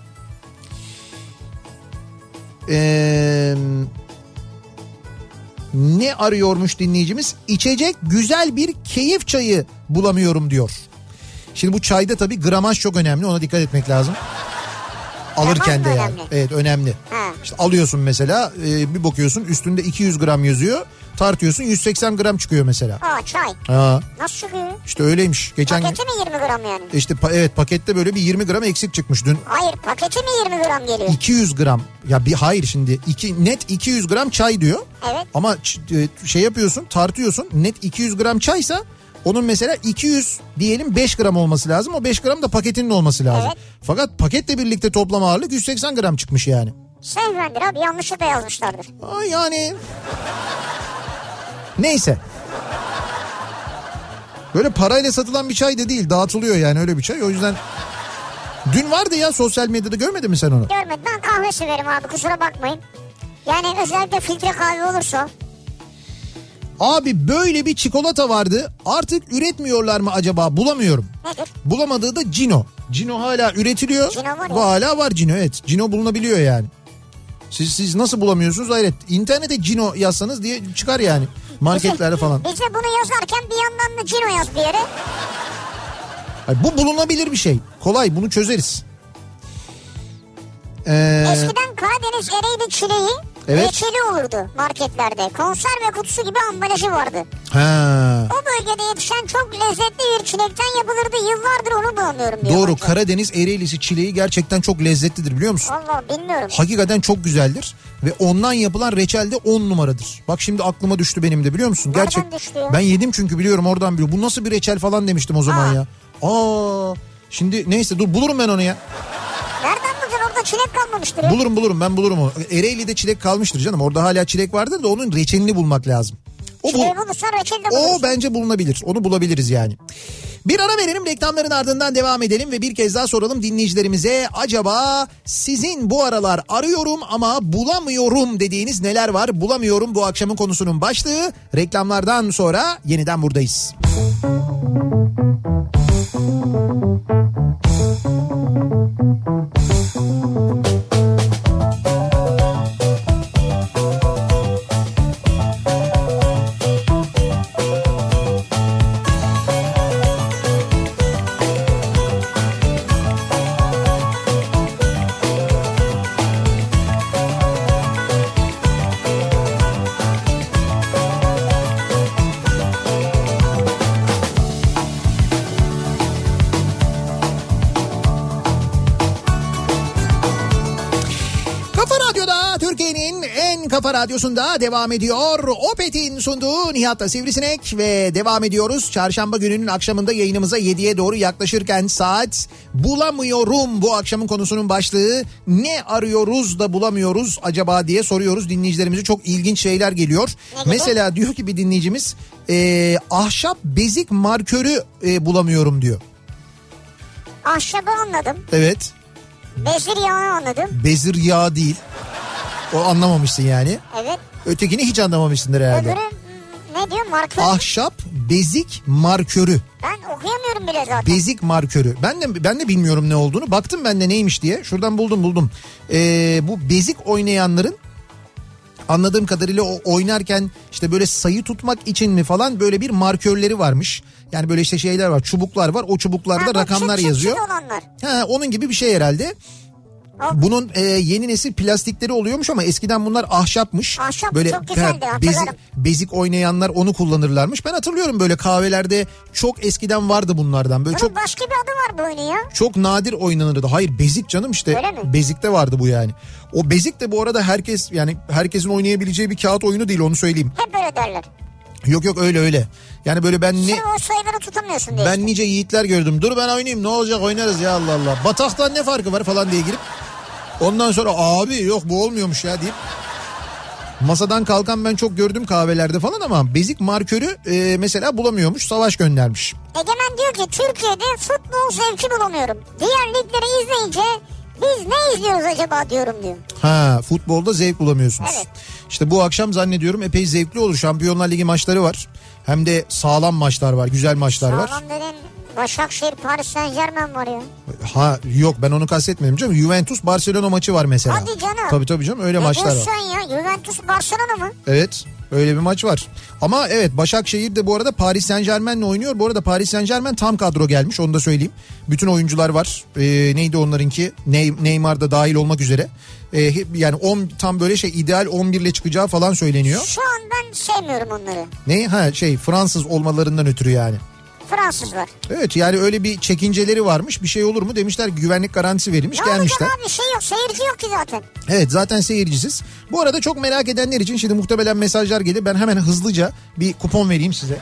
Ne arıyormuş dinleyicimiz? İçecek güzel bir keyif çayı bulamıyorum diyor. Şimdi bu çayda tabii gramaj çok önemli, ona dikkat etmek lazım. Alırken de yani. Önemli. Evet önemli. İşte alıyorsun mesela bir bakıyorsun üstünde 200 gram yazıyor. Tartıyorsun 180 gram çıkıyor mesela. Çay. Ha. Nasıl çıkıyor? İşte öyleymiş. Paketi mi 20 gram yani? İşte evet pakette böyle bir 20 gram eksik çıkmış dün. Hayır paketi mi 20 gram geliyor? 200 gram. Ya hayır şimdi net 200 gram çay diyor. Evet. Ama şey yapıyorsun tartıyorsun net 200 gram çaysa onun mesela 200 diyelim 5 gram olması lazım. O 5 gram da paketinin olması lazım. Evet. Fakat paketle birlikte toplam ağırlık 180 gram çıkmış yani. Sehvendir abi, yanlışlıkla yazmışlardır. Yani neyse. Böyle parayla satılan bir çay da değil, dağıtılıyor yani öyle bir çay. O yüzden dün vardı ya sosyal medyada, görmedin mi sen onu? Görmedim, ben kahve severim abi, kusura bakmayın. Yani özellikle filtre kahve olursa. Abi böyle bir çikolata vardı, artık üretmiyorlar mı acaba, bulamıyorum. Nedir? Bulamadığı da Cino. Cino hala üretiliyor. Cino var ya. Hala var Cino, evet. Cino bulunabiliyor yani. Siz nasıl bulamıyorsunuz? Hayret. İnternete Cino yazsanız diye çıkar yani. Marketlerde falan. Biz de bunu yazarken bir yandan da Cino yaz bir yere. Hayır, bu bulunabilir bir şey. Kolay, bunu çözeriz. Eskiden Karadeniz Ereğli çileği evet. reçeli olurdu marketlerde. Konserve kutusu gibi ambalajı vardı. Ha. O bölgede yetişen çok lezzetli bir çilekten yapılırdı. Yıllardır onu bulamıyorum diyor. Doğru, hocam. Karadeniz Ereğlisi çileği gerçekten çok lezzetlidir, biliyor musun? Vallahi bilmiyorum. Hakikaten çok güzeldir. Ve ondan yapılan reçel de 10 numaradır. Bak şimdi aklıma düştü benim de, biliyor musun? Nereden düştü ya? Ben yedim çünkü, biliyorum, oradan biliyorum. Bu nasıl bir reçel falan demiştim o zaman ya. Şimdi neyse, dur bulurum ben onu ya. Nereden bulacaksın, orada çilek kalmamıştır ya. Bulurum ben bulurum onu. Ereğli'de çilek kalmıştır canım. Orada hala çilek vardır da onun reçelini bulmak lazım. Çileği bulursan reçeli de bulursun. O bence bulunabilir. Onu bulabiliriz yani. Bir ara verelim, reklamların ardından devam edelim ve bir kez daha soralım dinleyicilerimize. Acaba sizin bu aralar arıyorum ama bulamıyorum dediğiniz neler var? Bulamıyorum bu akşamın konusunun başlığı. Reklamlardan sonra yeniden buradayız. Kafa Radyosu'nda devam ediyor. Opet'in sunduğu Nihat'la Sivrisinek ve devam ediyoruz. Çarşamba gününün akşamında yayınımıza 7'ye doğru yaklaşırken saat bulamıyorum bu akşamın konusunun başlığı. Ne arıyoruz da bulamıyoruz acaba diye soruyoruz dinleyicilerimize. Çok ilginç şeyler geliyor. Mesela diyor ki bir dinleyicimiz ahşap bezik markörü bulamıyorum diyor. Ahşabı anladım. Evet. Bezir yağını anladım. Bezir yağı değil. O anlamamışsın yani. Evet. Ötekini hiç anlamamışsındır herhalde. Öbürü ne diyor markör? Ahşap bezik markörü. Ben okuyamıyorum bile zaten. Bezik markörü. Ben de bilmiyorum ne olduğunu. Baktım ben de neymiş diye. Şuradan buldum. Bu bezik oynayanların anladığım kadarıyla o oynarken işte böyle sayı tutmak için mi falan böyle bir markörleri varmış. Yani böyle işte şeyler var, çubuklar var. O çubuklarda rakamlar yazıyor. Onun gibi bir şey herhalde. Bunun yeni nesil plastikleri oluyormuş ama eskiden bunlar ahşapmış. Ahşap böyle çok güzeldi, hatırlarım. Bezik oynayanlar onu kullanırlarmış. Ben hatırlıyorum böyle kahvelerde çok eskiden vardı bunlardan. Böyle bunun çok başka bir adı var bu oyunu ya. Çok nadir oynanırdı. Hayır, bezik canım işte. Öyle mi? Bezikte vardı bu yani. O bezik de bu arada herkesin oynayabileceği bir kağıt oyunu değil, onu söyleyeyim. Hep öyle derler. Yok öyle. Yani böyle Sırf o sayıları tutamıyorsun diye. Ben işte nice yiğitler gördüm. Dur ben oynayayım, ne olacak, oynarız ya, Allah Allah. Bataktan ne farkı var falan diye girip ondan sonra abi yok bu olmuyormuş ya deyip masadan kalkan ben çok gördüm kahvelerde falan ama bezik markörü mesela bulamıyormuş. Savaş göndermiş. Egemen diyor ki Türkiye'de futbol zevki bulamıyorum. Diğer ligleri izleyince biz ne izliyoruz acaba diyorum diyor. Futbolda zevk bulamıyorsunuz. Evet. İşte bu akşam zannediyorum epey zevkli olur. Şampiyonlar Ligi maçları var. Hem de sağlam maçlar var, güzel maçlar var. Sağlam dedin, Başakşehir Paris Saint-Germain var ya. Yok ben onu kastetmiyorum canım. Juventus Barcelona maçı var mesela. Hadi canım. Tabii canım, öyle maçlar var. Ne diyorsun ya, Juventus Barcelona mı? Evet, öyle bir maç var. Ama evet, Başakşehir de bu arada Paris Saint-Germain'le oynuyor. Bu arada Paris Saint-Germain tam kadro gelmiş, onu da söyleyeyim. Bütün oyuncular var. Neydi onlarınki? Neymar da dahil olmak üzere. Yani tam böyle ideal 11 ile çıkacağı falan söyleniyor. Şu an ben sevmiyorum onları. Fransız olmalarından ötürü yani. Fransız var. Evet, yani öyle bir çekinceleri varmış. Bir şey olur mu demişler, güvenlik garantisi verilmiş, ne gelmişler. Ne olacak abi, şey yok, seyirci yok ki zaten. Evet, zaten seyircisiz. Bu arada çok merak edenler için şimdi muhtemelen mesajlar gelir. Ben hemen hızlıca bir kupon vereyim size.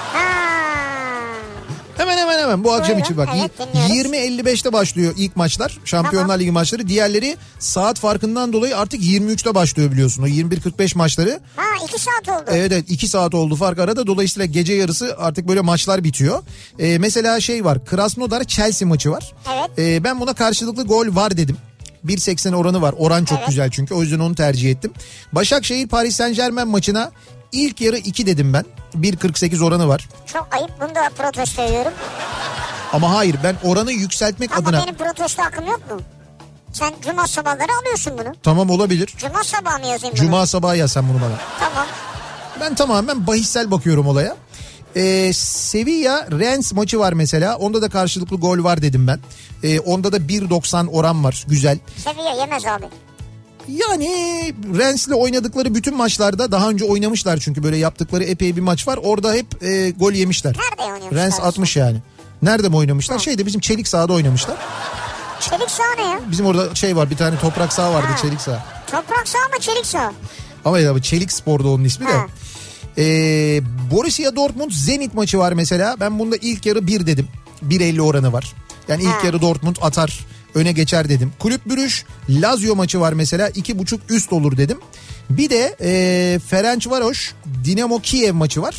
Hemen bu akşam için bak. Evet, 20.55'te başlıyor ilk maçlar. Şampiyonlar Ligi maçları. Diğerleri saat farkından dolayı artık 23'te başlıyor biliyorsun. O 21.45 maçları. 2 saat oldu. Evet 2 saat oldu fark arada. Dolayısıyla gece yarısı artık böyle maçlar bitiyor. Mesela var. Krasnodar Chelsea maçı var. Evet. Ben buna karşılıklı gol var dedim. 1.80 oranı var. Oran çok güzel çünkü. O yüzden onu tercih ettim. Başakşehir Paris Saint-Germain maçına ilk yarı 2 dedim ben. 1.48 oranı var. Çok ayıp, bunu da protesto ediyorum. Ama hayır, ben oranı yükseltmek adına... Ama benim protesto hakkım yok mu? Sen cuma sabahları alıyorsun bunu. Tamam, olabilir. Cuma sabahı mı yazayım bunu? Cuma sabahı yaz sen bunu bana. Tamam. Ben tamamen bahissel bakıyorum olaya. Sevilla Rennes maçı var mesela. Onda da karşılıklı gol var dedim ben. Onda da 1.90 oran var. Güzel. Sevilla yemez abi. Yani Rennes'le oynadıkları bütün maçlarda daha önce oynamışlar çünkü böyle yaptıkları epey bir maç var. Orada hep gol yemişler. Nerede oynamışlar? Rennes atmış yani. Nerede mi oynamışlar? Bizim çelik sahada oynamışlar. Çelik saha ne ya? Bizim orada var, bir tane toprak saha vardı, çelik saha. Toprak saha mı çelik saha? Ama ya çelik sporda onun ismi de. Borussia Dortmund Zenit maçı var mesela. Ben bunda ilk yarı 1 dedim. 1.50 oranı var. Yani ilk yarı Dortmund atar, öne geçer dedim. Kulüp Brüj Lazio maçı var mesela, 2.5 üst olur dedim. Bir de Ferencvaros Dinamo Kiev maçı var.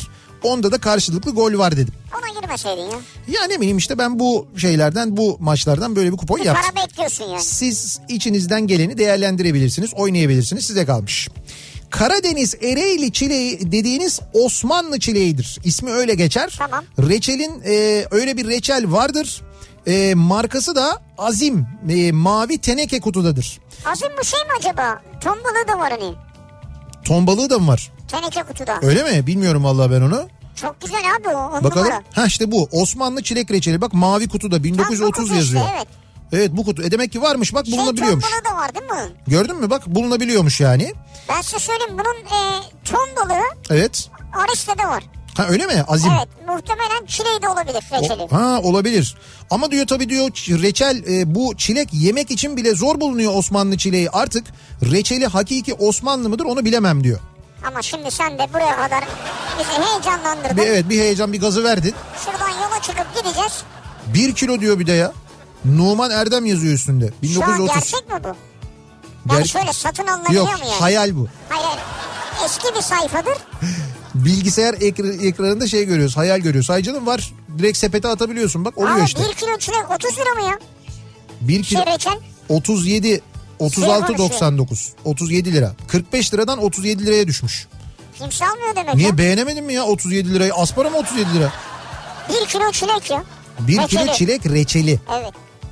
Onda da karşılıklı gol var dedim. Ona girmeseydin ya. Ya ne bileyim işte ben bu şeylerden, bu maçlardan böyle bir kupon yaptım. Para bekliyorsun yani. Siz içinizden geleni değerlendirebilirsiniz, oynayabilirsiniz, size kalmış. Karadeniz Ereğli çileği dediğiniz Osmanlı çileğidir. İsmi öyle geçer. Tamam. Reçelin öyle bir reçel vardır. Markası da Azim, mavi teneke kutudadır. Azim bu şey mi acaba? Ton balığı da var hani. Ton balığı da mı var? Teneke kutuda. Öyle mi? Bilmiyorum vallahi ben onu. Çok güzel abi o. On Bakalım. numara. Ha işte bu Osmanlı çilek reçeli. Bak mavi kutuda 1930 kutu yazıyor. işte, evet. Evet bu kutu. Demek ki varmış, bak bulunabiliyormuş. Ton balığı da var değil mi? Gördün mü, bak bulunabiliyormuş yani. Ben size söyleyeyim bunun ton balığı Evet. Ariste'de var. Ha öyle mi? Azim. Evet muhtemelen çileği de olabilir reçeli. Ha olabilir. Ama diyor tabii diyor reçel, bu çilek yemek için bile zor bulunuyor Osmanlı çileği. Artık reçeli hakiki Osmanlı mıdır onu bilemem diyor. Ama şimdi sen de buraya kadar bizi heyecanlandırdın. Evet, bir heyecan, bir gazı verdin. Şuradan yola çıkıp gideceğiz. 1 kilo diyor bir de ya. Numan Erdem yazıyor üstünde. 1930. Şu an gerçek mi bu? Yani şöyle satın alınabiliyor Yok, mu yani? hayal bu. Hayır. Eski bir sayfadır. Bilgisayar ekranında şey görüyoruz, hayal görüyoruz. Hay canım var, direkt sepete atabiliyorsun, bak oluyor Ama işte. 1 kilo çilek 30 lira mı ya? 1 kilo reçel. 37, 36.99, 37 lira. 45 liradan 37 liraya düşmüş. Kimse almıyor demek Niye, ya. beğenemedin mi ya 37 lirayı? Aspara mı 37 lira? 1 kilo çilek ya. 1 kilo çilek reçeli. Evet.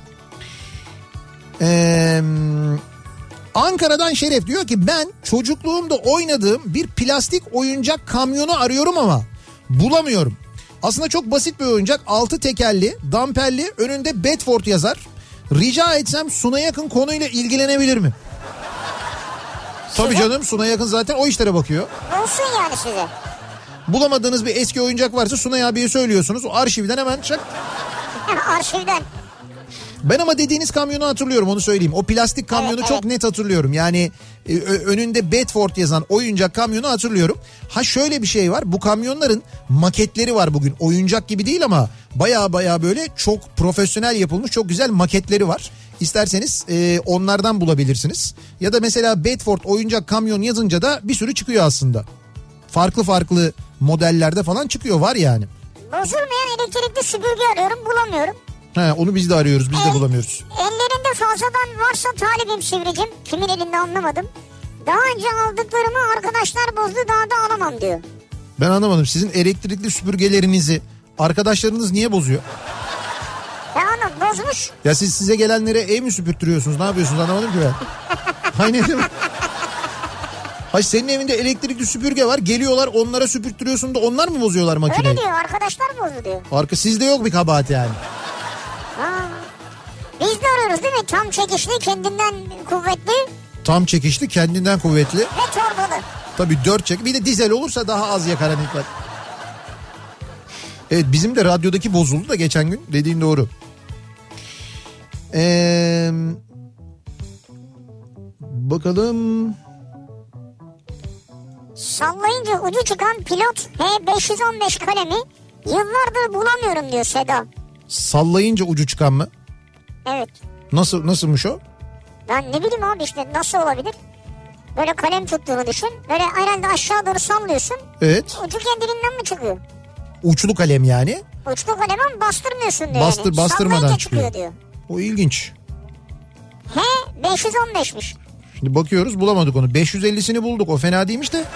Ankara'dan Şeref diyor ki ben çocukluğumda oynadığım bir plastik oyuncak kamyonu arıyorum ama bulamıyorum. Aslında çok basit bir oyuncak, 6 tekerli, damperli, önünde Bedford yazar. Rica etsem Suna Yakın konuyla ilgilenebilir mi? Tabii canım, Suna Yakın zaten o işlere bakıyor. Olsun yani size. Bulamadığınız bir eski oyuncak varsa Sunay abiye söylüyorsunuz. O arşivden hemen çak. Arşivden. Ben ama dediğiniz kamyonu hatırlıyorum, onu söyleyeyim. O plastik kamyonu evet, çok net hatırlıyorum. Yani önünde Bedford yazan oyuncak kamyonu hatırlıyorum. Ha şöyle bir şey var. Bu kamyonların maketleri var bugün. Oyuncak gibi değil ama baya böyle çok profesyonel yapılmış, çok güzel maketleri var. İsterseniz onlardan bulabilirsiniz. Ya da mesela Bedford oyuncak kamyon yazınca da bir sürü çıkıyor aslında. Farklı modellerde falan çıkıyor, var yani. Bozulmayan elektrikli süpürge arıyorum, bulamıyorum. He, onu biz de arıyoruz, biz de bulamıyoruz. Ellerinde fazladan varsa talibim Sivricim. Kimin elinde anlamadım. Daha önce aldıklarımı arkadaşlar bozdu, daha da alamam diyor. Ben anlamadım, sizin elektrikli süpürgelerinizi arkadaşlarınız niye bozuyor? Ya onu bozmuş. Ya siz size gelenlere ev mi süpürttürüyorsunuz, ne yapıyorsunuz, anlamadım ki ben. Hayır ne Hayır, senin evinde elektrikli süpürge var, geliyorlar onlara süpürttürüyorsun da onlar mı bozuyorlar makineyi? Öyle diyor, arkadaşlar bozdu diyor. Sizde yok bir kabahat yani. Ha. Biz de arıyoruz değil mi? Tam çekişli, kendinden kuvvetli. Tam çekişli, kendinden kuvvetli. Ve torbalı. Tabii 4 çek. Bir de dizel olursa daha az yakar hani. Evet, bizim de radyodaki bozuldu da geçen gün, dediğin doğru. Bakalım. Sallayınca ucu çıkan pilot H515 kalemi yıllardır bulamıyorum diyor Seda. Sallayınca ucu çıkan mı? Evet. Nasılmış o? Ben ne bileyim abi, işte nasıl olabilir? Böyle kalem tuttuğunu düşün. Böyle herhalde aşağı doğru sallıyorsun. Evet. Ucu kendiliğinden mi çıkıyor? Uçlu kalem yani. Uçlu kalem ama bastırmıyorsun diyor yani. Bastırmadan Sallayınca çıkıyor diyor. O ilginç. H515'miş. Şimdi bakıyoruz, bulamadık onu. 550'sini bulduk, o fena değilmiş de.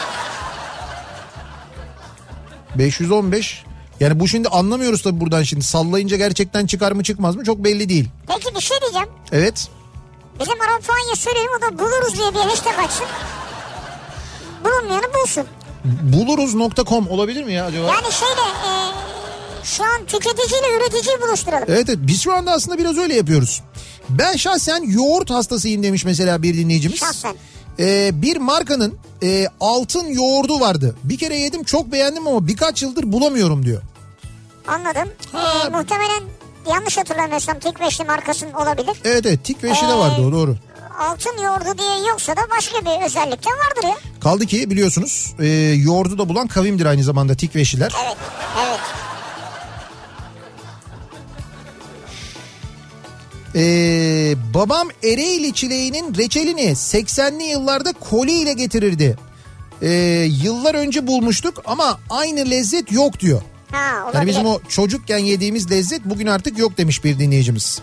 515. Yani bu şimdi anlamıyoruz tabii buradan şimdi. Sallayınca gerçekten çıkar mı çıkmaz mı çok belli değil. Peki bir şey diyeceğim. Evet. Bizim Arap Fahri'ye söyleyeyim, o da buluruz diye bir hashtag açsın. Bulunmayanı bulsun. Buluruz.com olabilir mi ya acaba? Yani şu an tüketiciyle üreticiyi buluşturalım. Evet, biz şu anda aslında biraz öyle yapıyoruz. Ben şahsen yoğurt hastasıyım demiş mesela bir dinleyicimiz. Şahsen. Bir markanın altın yoğurdu vardı. Bir kere yedim, çok beğendim ama birkaç yıldır bulamıyorum diyor. Anladım. Muhtemelen yanlış hatırlamıyorsam Tikveşli markasının olabilir. Evet Tikveşli de vardı o, doğru. Altın yoğurdu diye yoksa da başka bir özellikten vardır ya. Kaldı ki biliyorsunuz yoğurdu da bulan kavimdir aynı zamanda Tikveşliler. Evet. Babam Ereğli çileğinin reçelini 80'li yıllarda koli ile getirirdi. Yıllar önce bulmuştuk ama aynı lezzet yok diyor. Ha, olabilir. Yani bizim o çocukken yediğimiz lezzet bugün artık yok demiş bir dinleyicimiz.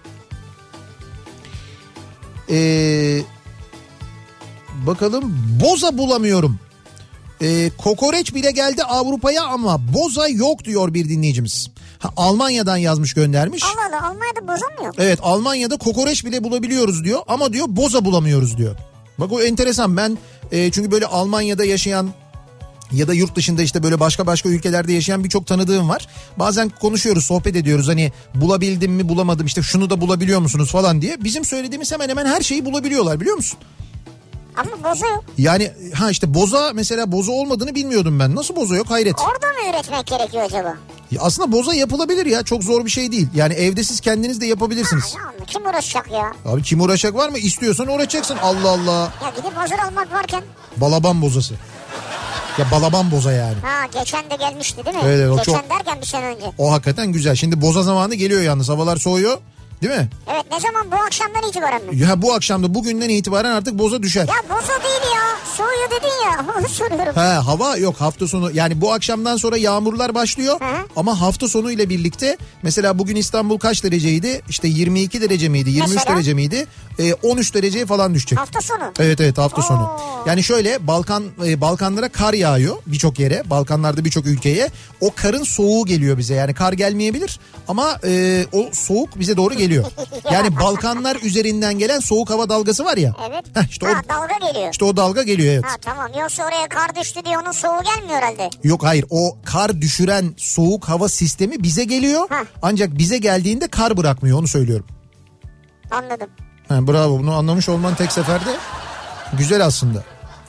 Bakalım, boza bulamıyorum. Kokoreç bile geldi Avrupa'ya ama boza yok diyor bir dinleyicimiz. Almanya'dan yazmış, göndermiş. Allah Allah, Almanya'da boza mı yok? Evet, Almanya'da kokoreç bile bulabiliyoruz diyor ama diyor boza bulamıyoruz diyor. Bak o enteresan, ben çünkü böyle Almanya'da yaşayan ya da yurt dışında işte böyle başka ülkelerde yaşayan birçok tanıdığım var. Bazen konuşuyoruz, sohbet ediyoruz, hani bulabildim mi bulamadım, işte şunu da bulabiliyor musunuz falan diye. Bizim söylediğimiz hemen hemen her şeyi bulabiliyorlar, biliyor musun? Ama boza yok. Yani işte boza, mesela boza olmadığını bilmiyordum ben. Nasıl boza yok, hayret. Orada mı üretmek gerekiyor acaba? Ya aslında boza yapılabilir ya, çok zor bir şey değil. Yani evde siz kendiniz de yapabilirsiniz. Ya, kim uğraşacak ya? Abi kim uğraşacak var mı? İstiyorsan uğraşacaksın, Allah Allah. Ya gidip hazır almak varken. Balaban bozası. Ya balaban boza yani. Ha, geçen de gelmişti değil mi? Evet, geçen çok... derken bir sene önce. O hakikaten güzel. Şimdi boza zamanı geliyor yalnız, havalar soğuyor. Değil mi? Evet, ne zaman, bu akşamdan itibaren mi? Ya bu akşamda, bugünden itibaren artık boza düşer. Ya boza değil ya, soğuyor dedin ya, onu soruyorum. Hava yok, hafta sonu, yani bu akşamdan sonra yağmurlar başlıyor. Ama hafta sonu ile birlikte mesela bugün İstanbul kaç dereceydi? İşte 22 derece miydi, 23 mesela? derece miydi? 13 dereceye falan düşecek. Hafta sonu. Evet hafta sonu. Yani şöyle, Balkanlara kar yağıyor birçok yere, Balkanlarda birçok ülkeye. O karın soğuğu geliyor bize, yani kar gelmeyebilir ama o soğuk bize doğru geliyor. Yani Balkanlar üzerinden gelen soğuk hava dalgası var ya. Evet. İşte dalga geliyor. İşte o dalga geliyor, evet. Ha tamam, yoksa oraya kar düştü diye onun soğuğu gelmiyor herhalde. Yok hayır, o kar düşüren soğuk hava sistemi bize geliyor. Ancak bize geldiğinde kar bırakmıyor, onu söylüyorum. Anladım. Bravo, bunu anlamış olman tek seferde güzel aslında.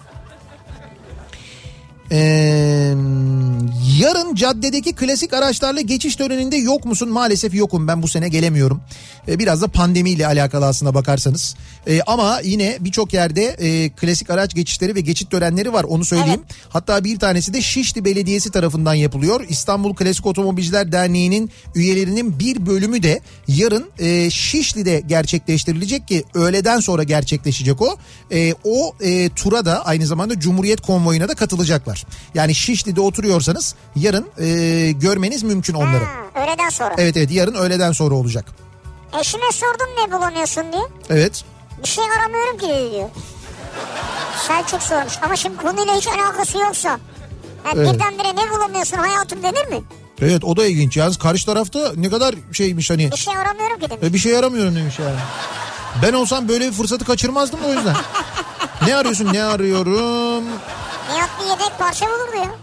Yarın caddedeki klasik araçlarla geçiş töreninde yok musun? Maalesef yokum, ben bu sene gelemiyorum. Biraz da pandemiyle alakalı aslında bakarsanız. Ama yine birçok yerde klasik araç geçişleri ve geçit törenleri var, onu söyleyeyim. Evet. Hatta bir tanesi de Şişli Belediyesi tarafından yapılıyor. İstanbul Klasik Otomobilciler Derneği'nin üyelerinin bir bölümü de yarın Şişli'de gerçekleştirilecek ki öğleden sonra gerçekleşecek o. O tura da aynı zamanda Cumhuriyet Konvoyu'na da katılacaklar. Yani Şişli'de oturuyorsanız yarın görmeniz mümkün onları. Öğleden sonra. Evet, yarın öğleden sonra olacak. Eşime sordum ne bulamıyorsun diye. Evet. Bir şey aramıyorum ki diyor. Selçuk sormuş ama şimdi konuyla hiç alakası yoksa. Yani evet. Birdenbire ne bulamıyorsun hayatım denir mi? Evet, o da ilginç. Yalnız karşı tarafta ne kadar şeymiş hani. Bir şey aramıyorum ki demiş. Bir şey aramıyorum demiş yani. Ben olsam böyle bir fırsatı kaçırmazdım o yüzden. Ne arıyorsun? Ne arıyorum? Nihat bir yedek parça bulurdu ya.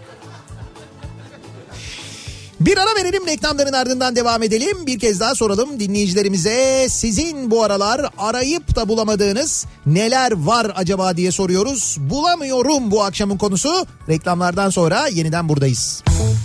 Bir ara verelim, reklamların ardından devam edelim. Bir kez daha soralım dinleyicilerimize, sizin bu aralar arayıp da bulamadığınız neler var acaba diye soruyoruz. Bulamıyorum bu akşamın konusu. Reklamlardan sonra yeniden buradayız.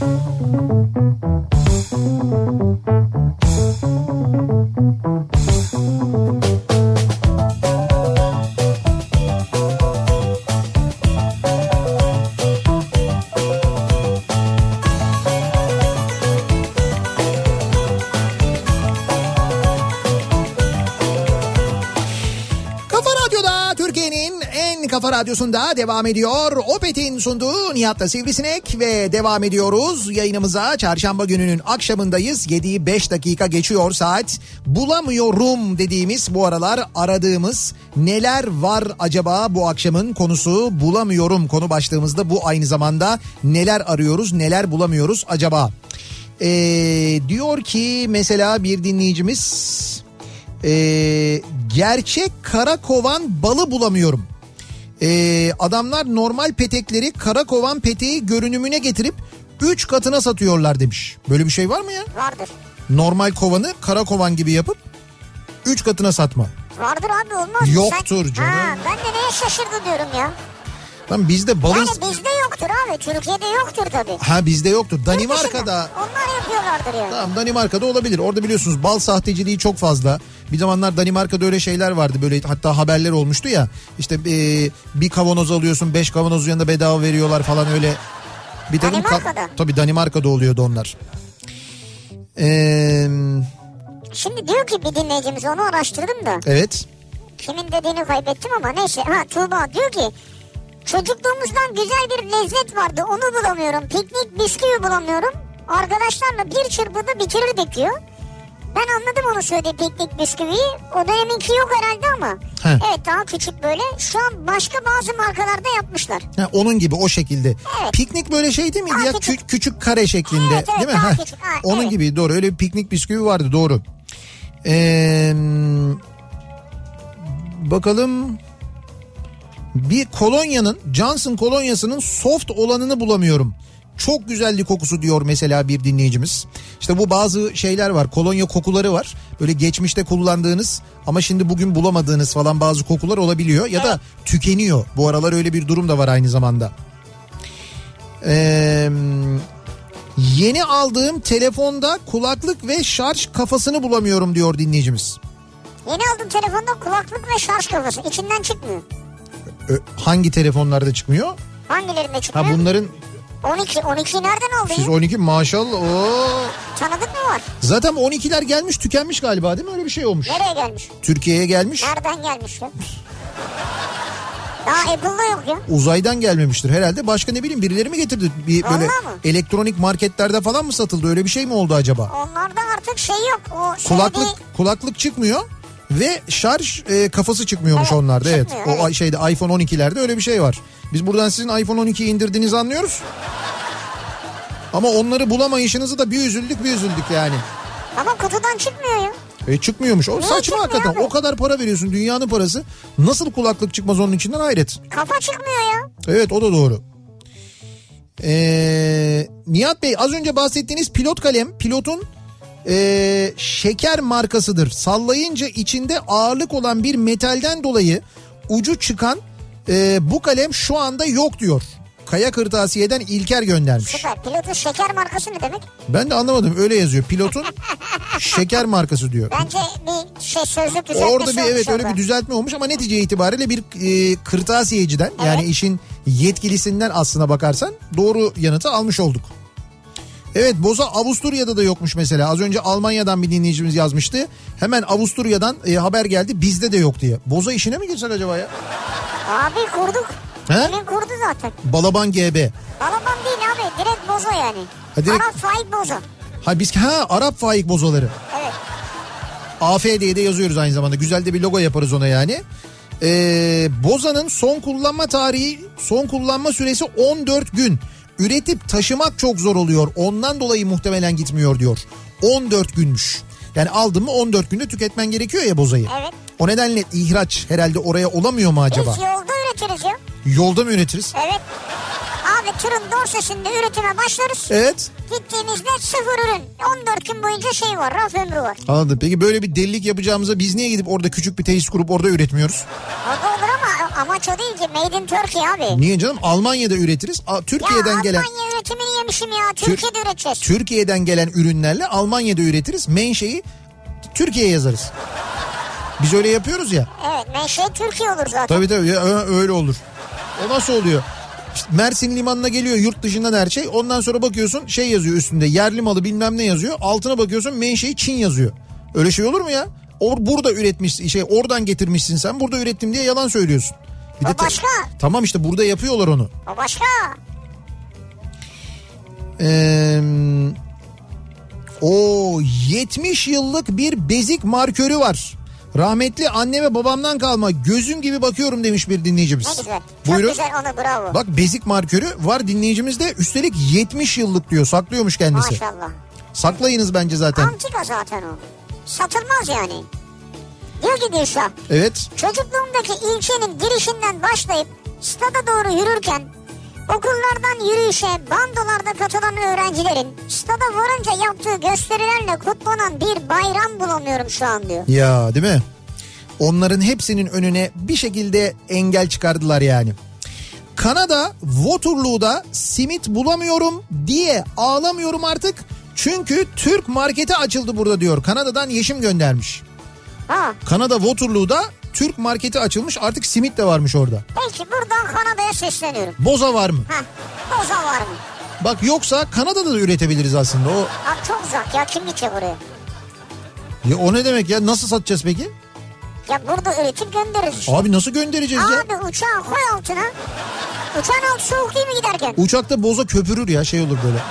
Kafa Radyosu'nda devam ediyor. Opet'in sunduğu Nihat'la Sivrisinek ve devam ediyoruz yayınımıza. Çarşamba gününün akşamındayız. 7'yi 5 dakika geçiyor saat. Bulamıyorum dediğimiz, bu aralar aradığımız neler var acaba bu akşamın konusu. Bulamıyorum konu başlığımızda bu, aynı zamanda neler arıyoruz, neler bulamıyoruz acaba. Diyor ki mesela bir dinleyicimiz, gerçek karakovan balı bulamıyorum. Adamlar normal petekleri karakovan peteği görünümüne getirip 3 katına satıyorlar demiş. Böyle bir şey var mı ya? Vardır. Normal kovanı karakovan gibi yapıp 3 katına satma. Vardır abi, olmaz. Yoktur canım. Ben de neye şaşırdı diyorum ya. Lan bizde balın... Yani bizde yoktur abi, Türkiye'de yoktur tabii. Bizde yoktur. Danimarka'da... Onlar yapıyorlardır yani. Tamam, Danimarka'da olabilir. Orada biliyorsunuz bal sahteciliği çok fazla. Bir zamanlar Danimarka'da öyle şeyler vardı, böyle hatta haberler olmuştu ya. İşte bir kavanoz alıyorsun, 5 kavanozun yanında bedava veriyorlar falan, öyle. Bir takım Danimarka'da? Tabii Danimarka'da oluyordu onlar. Şimdi diyor ki bir dinleyicimiz, onu araştırdım da. Evet. Kimin dediğini kaybettim ama neyse. Tuğba diyor ki Çocukluğumuzdan güzel bir lezzet vardı. Onu bulamıyorum. Piknik bisküvi bulamıyorum. Arkadaşlarla bir çırpıda bitirirdik diyor. Ben anladım onu söylediği piknik bisküviyi. O döneminki yok herhalde ama. Heh. Evet, daha küçük böyle. Şu an başka bazı markalarda yapmışlar. Ha, onun gibi o şekilde. Evet. Piknik böyle şey değil miydi Daha ya? Küçük kare şeklinde Evet, değil mi? daha Heh. küçük. Ha, Onun evet. gibi doğru, öyle bir piknik bisküvi vardı, doğru. Bakalım, bir kolonyanın, Johnson kolonyasının soft olanını bulamıyorum. Çok güzeldi kokusu diyor mesela bir dinleyicimiz. İşte bu bazı şeyler var, kolonya kokuları var. Böyle geçmişte kullandığınız ama şimdi bugün bulamadığınız falan bazı kokular olabiliyor. Ya da tükeniyor. Bu aralar öyle bir durum da var aynı zamanda. Yeni aldığım telefonda kulaklık ve şarj kafasını bulamıyorum diyor dinleyicimiz. Yeni aldım telefonda kulaklık ve şarj kafası. İçinden çıkmıyor. Hangi telefonlarda çıkmıyor? Hangilerinde çıkmıyor? Ha, bunların 12'yi nereden aldın siz ya? 12 maşallah. Oo. Tanıdık mı var? Zaten 12'ler gelmiş tükenmiş galiba değil mi? Öyle bir şey olmuş. Nereye gelmiş? Türkiye'ye gelmiş. Nereden gelmiş ya? Daha Apple'da yok ya. Uzaydan gelmemiştir herhalde. Başka ne bileyim, birileri mi getirdi? Bir böyle Vallahi mı? elektronik marketlerde falan mı satıldı? Öyle bir şey mi oldu acaba? Onlarda artık şey yok. O Kulaklık çıkmıyor ve şarj kafası çıkmıyormuş Evet, onlarda. Evet. çıkmıyor, O şeyde iPhone 12'lerde öyle bir şey var. Biz buradan sizin iPhone 12'yi indirdiğinizi anlıyoruz. Ama onları bulamayışınızı da bir üzüldük yani. Ama kutudan çıkmıyor ya. Çıkmıyor. O saçma çıkmıyor hakikaten. abi? O kadar para veriyorsun, dünyanın parası. Nasıl kulaklık çıkmaz onun içinden, hayret. Kafa çıkmıyor ya. Evet, o da doğru. Nihat Bey, az önce bahsettiğiniz pilot kalem, pilotun şeker markasıdır. Sallayınca içinde ağırlık olan bir metalden dolayı ucu çıkan bu kalem şu anda yok diyor. Kaya Kırtasiye'den İlker göndermiş. Süper. Pilotun şeker markası ne demek? Ben de anlamadım, öyle yazıyor. Pilotun şeker markası diyor. Bence bir sözlük düzeltmesi Orada bir olmuş öyle bir düzeltme olmuş ama netice itibariyle bir kırtasiyeciden, yani işin yetkilisinden aslına bakarsan doğru yanıtı almış olduk. Evet, boza Avusturya'da da yokmuş mesela. Az önce Almanya'dan bir dinleyicimiz yazmıştı. Hemen Avusturya'dan haber geldi, bizde de yok diye. Boza işine mi girsek acaba ya? Abi kurduk. He? Elin kurdu zaten. Balaban GB. Balaban değil abi, direkt boza yani. Ha, direkt... Arap faik boza. Arap faik bozaları. Evet. AF diye de yazıyoruz aynı zamanda. Güzel de bir logo yaparız ona yani. Boza'nın son kullanma süresi 14 gün. Üretip taşımak çok zor oluyor. Ondan dolayı muhtemelen gitmiyor diyor. 14 günmüş. Yani aldın mı 14 günde tüketmen gerekiyor ya bozayı. Evet. O nedenle ihraç herhalde oraya olamıyor mu acaba? Biz yolda üretiriz ya. Yolda mı üretiriz? Evet. Abi tırın dorsesinde üretime başlarız. Evet. Gittiğimizde 0 ürün. 14 gün boyunca şey var, raf ömrü var. Anladım. Peki böyle bir delilik yapacağımıza biz niye gidip orada küçük bir tesis kurup orada üretmiyoruz? O da olur ama amaç o değil ki. Made in Turkey abi. Niye canım? Almanya'da üretiriz. Türkiye'den gelen... Almanya üretimini yemişim ya. Türkiye'de üreteceğiz. Türkiye'den gelen ürünlerle Almanya'da üretiriz. Menşei Türkiye'ye yazarız. Biz öyle yapıyoruz ya. Evet, menşei Türkiye olur zaten. Tabii ya, öyle olur. O nasıl oluyor? İşte Mersin limanına geliyor yurt dışından her şey. Ondan sonra bakıyorsun şey yazıyor üstünde, yerli malı bilmem ne yazıyor. Altına bakıyorsun menşei Çin yazıyor. Öyle şey olur mu ya? Burada üretmiş, oradan getirmişsin sen, burada ürettim diye yalan söylüyorsun. Bir o başka. Tamam işte burada yapıyorlar onu. O başka. O 70 yıllık bir bezik markörü var. Rahmetli anne ve babamdan kalma, gözüm gibi bakıyorum demiş bir dinleyicimiz. Ne güzel. Buyurun. Çok güzel, ona bravo. Bak, bezik markörü var dinleyicimizde, üstelik 70 yıllık diyor, saklıyormuş kendisi. Maşallah. Saklayınız bence zaten. Antika zaten o. Satılmaz yani. Diyor ki Gülşah. Evet. Çocukluğumdaki ilçenin girişinden başlayıp stada doğru yürürken okullardan yürüyüşe bandolarda katılan öğrencilerin stada varınca yaptığı gösterilerle kutlanan bir bayram bulamıyorum şu an diyor. Ya değil mi? Onların hepsinin önüne bir şekilde engel çıkardılar yani. Kanada Waterloo'da simit bulamıyorum diye ağlamıyorum artık. Çünkü Türk marketi açıldı burada diyor. Kanada'dan Yeşim göndermiş. Ha. Kanada Waterloo'da Türk marketi açılmış, artık simit de varmış orada. Peki buradan Kanada'ya sesleniyorum. Boza var mı? Boza var mı? Bak, yoksa Kanada'da da üretebiliriz aslında. O... Abi çok uzak ya, kim gidecek oraya? Ya o ne demek ya, nasıl satacağız peki? Ya burada üretip göndeririz işte. Abi nasıl göndereceğiz ya? Abi uçağı koy altına. Uçağın altı soğuk değil mi giderken? Uçakta boza köpürür ya, şey olur böyle.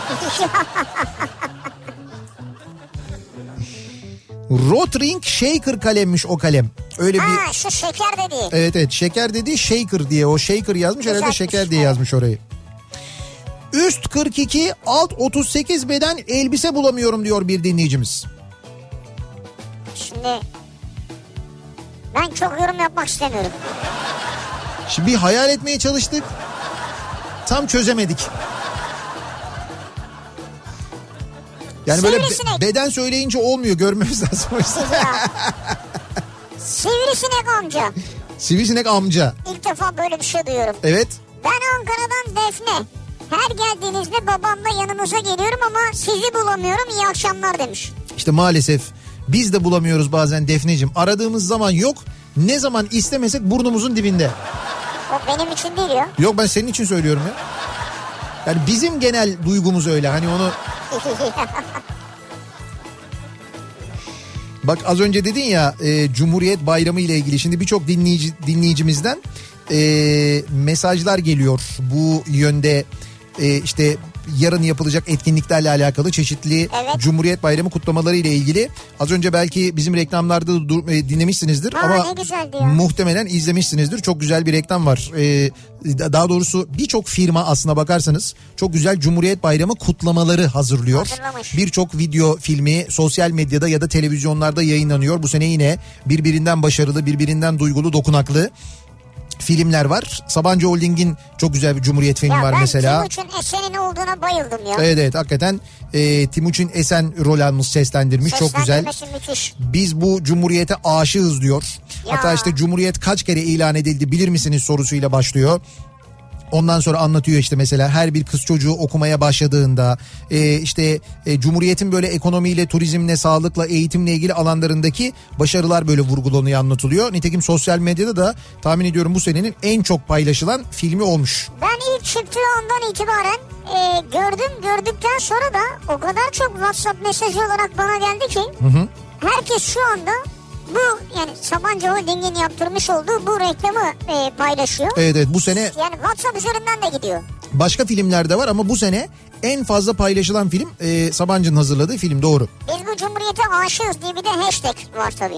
Rotring Shaker kalemmiş o kalem. Öyle bir... şu şeker dediği. Evet şeker dediği Shaker diye, o Shaker yazmış herhalde, şeker diye yazmış orayı. Üst 42 alt 38 beden elbise bulamıyorum diyor bir dinleyicimiz. Şimdi ben çok yorum yapmak istemiyorum. Şimdi bir hayal etmeye çalıştık. Tam çözemedik. Yani böyle beden söyleyince olmuyor, görmemiz lazım. Sivrisinek amca. Sivrisinek amca. İlk defa böyle bir şey duyuyorum. Evet. Ben Ankara'dan Defne. Her geldiğinizde babamla yanınıza geliyorum ama sizi bulamıyorum. İyi akşamlar demiş. İşte maalesef biz de bulamıyoruz bazen Defneciğim. Aradığımız zaman yok. Ne zaman istemesek burnumuzun dibinde. O benim için değil ya. Yok, ben senin için söylüyorum ya. Yani bizim genel duygumuz öyle. Hani onu... Bak az önce dedin ya Cumhuriyet Bayramı ile ilgili. Şimdi birçok dinleyicimizden mesajlar geliyor bu yönde. İşte yarın yapılacak etkinliklerle alakalı çeşitli Cumhuriyet Bayramı kutlamaları ile ilgili. Az önce belki bizim reklamlarda dinlemişsinizdir ama muhtemelen izlemişsinizdir. Çok güzel bir reklam var. Daha doğrusu birçok firma aslına bakarsanız çok güzel Cumhuriyet Bayramı kutlamaları hazırlıyor. Birçok video filmi sosyal medyada ya da televizyonlarda yayınlanıyor. Bu sene yine birbirinden başarılı, birbirinden duygulu, dokunaklı filmler var. Sabancı Holding'in çok güzel bir Cumhuriyet filmi var mesela. Ya ben Timuçin Esen'in olduğuna bayıldım ya. Evet hakikaten Timuçin Esen rol almış, seslendirmiş, çok güzel. Müthiş. Biz bu Cumhuriyete aşığız diyor. Ya. Hatta işte Cumhuriyet kaç kere ilan edildi bilir misiniz sorusuyla başlıyor. Ondan sonra anlatıyor işte mesela her bir kız çocuğu okumaya başladığında işte Cumhuriyet'in böyle ekonomiyle, turizmle, sağlıkla, eğitimle ilgili alanlarındaki başarılar böyle vurgulanıyor, anlatılıyor. Nitekim sosyal medyada da tahmin ediyorum bu senenin en çok paylaşılan filmi olmuş. Ben ilk çıktığı andan itibaren gördükten sonra da o kadar çok WhatsApp mesajı olarak bana geldi ki herkes şu anda bu yani Sabancı Holding'in yaptırmış olduğu bu reklamı paylaşıyor. Evet bu sene. Yani WhatsApp üzerinden de gidiyor. Başka filmler de var ama bu sene en fazla paylaşılan film Sabancı'nın hazırladığı film, doğru. Biz bu Cumhuriyete aşığız diye bir de hashtag var tabii.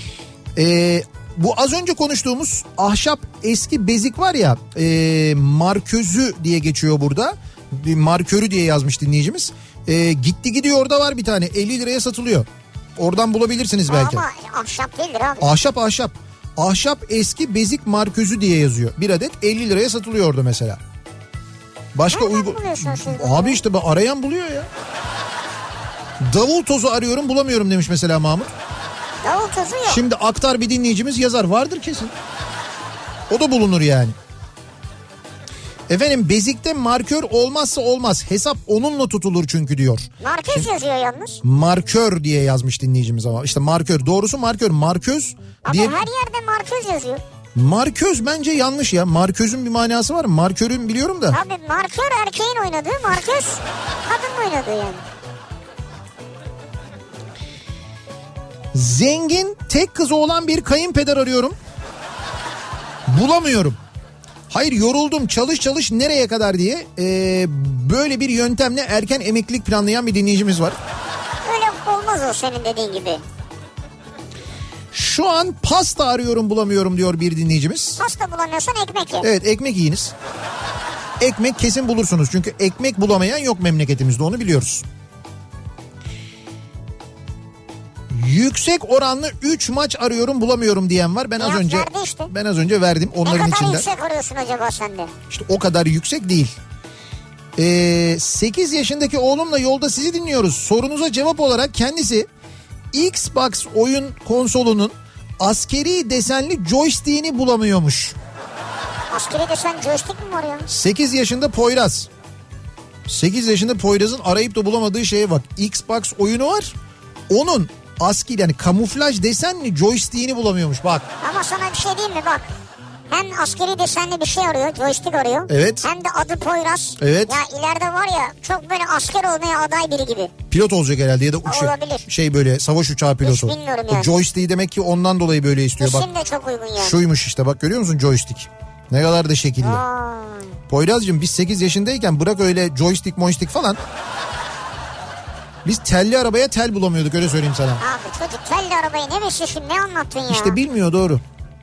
Bu az önce konuştuğumuz ahşap eski bezik var ya, marközü diye geçiyor burada. Markörü diye yazmış dinleyicimiz. Gitti gidiyor, orada var bir tane 50 liraya satılıyor. Oradan bulabilirsiniz belki. Ama ahşap değildir abi. Ahşap. Ahşap eski bezik marközü diye yazıyor. Bir adet 50 liraya satılıyor orada mesela. Başka Abi işte arayan buluyor ya. Davul tozu arıyorum bulamıyorum demiş mesela Mahmut. Davul tozu yok. Şimdi aktar bir dinleyicimiz yazar, vardır kesin. O da bulunur yani. Efendim bezikte markör olmazsa olmaz. Hesap onunla tutulur çünkü diyor. Marköz yazıyor yalnız. Markör diye yazmış dinleyicimiz ama. İşte markör, doğrusu markör. Marköz diye... Abi her yerde marköz yazıyor. Marköz bence yanlış ya. Marközün bir manası var mı? Markörün biliyorum da. Abi markör erkeğin oynadığı, marköz kadının oynadığı yani. Zengin tek kızı olan bir kayınpeder arıyorum. Bulamıyorum. Hayır, yoruldum, çalış nereye kadar diye böyle bir yöntemle erken emeklilik planlayan bir dinleyicimiz var. Öyle olmaz o senin dediğin gibi. Şu an pasta arıyorum bulamıyorum diyor bir dinleyicimiz. Pasta bulamıyorsan ekmek ye. Evet, ekmek yiyiniz. Ekmek kesin bulursunuz çünkü ekmek bulamayan yok memleketimizde, onu biliyoruz. Yüksek oranlı 3 maç arıyorum bulamıyorum diyen var. Ben az önce verdim onların içinden. Ne kadar yüksek arıyorsun acaba sende? İşte o kadar yüksek değil. 8 yaşındaki oğlumla yolda sizi dinliyoruz. Sorunuza cevap olarak kendisi Xbox oyun konsolunun askeri desenli joystick'ini bulamıyormuş. Askeri desen joystick mi var ya? 8 yaşında Poyraz. 8 yaşında Poyraz'ın arayıp da bulamadığı şeye bak. Xbox oyunu var. Onun askeri yani kamuflaj desenli joystick'ini bulamıyormuş bak. Ama sana bir şey diyeyim mi bak. Hem askeri desenli bir şey arıyor, joystick arıyor. Evet. Hem de adı Poyraz. Evet. Ya ileride var ya çok böyle asker olmaya aday biri gibi. Pilot olacak herhalde ya da şey böyle savaş uçağı pilotu. Hiç bilmiyorum yani. O joystick'i demek ki ondan dolayı böyle istiyor. İsim bak. de çok uygun yani. Şuymuş işte bak, görüyor musun joystick? Ne kadar da şekilli. Vay. Poyraz'cığım biz 8 yaşındayken bırak öyle joystick falan. Biz telli arabaya tel bulamıyorduk, öyle söyleyeyim sana. Abi çocuk telli arabayı ne bilsin şimdi, ne anlattın ya? İşte bilmiyor, doğru.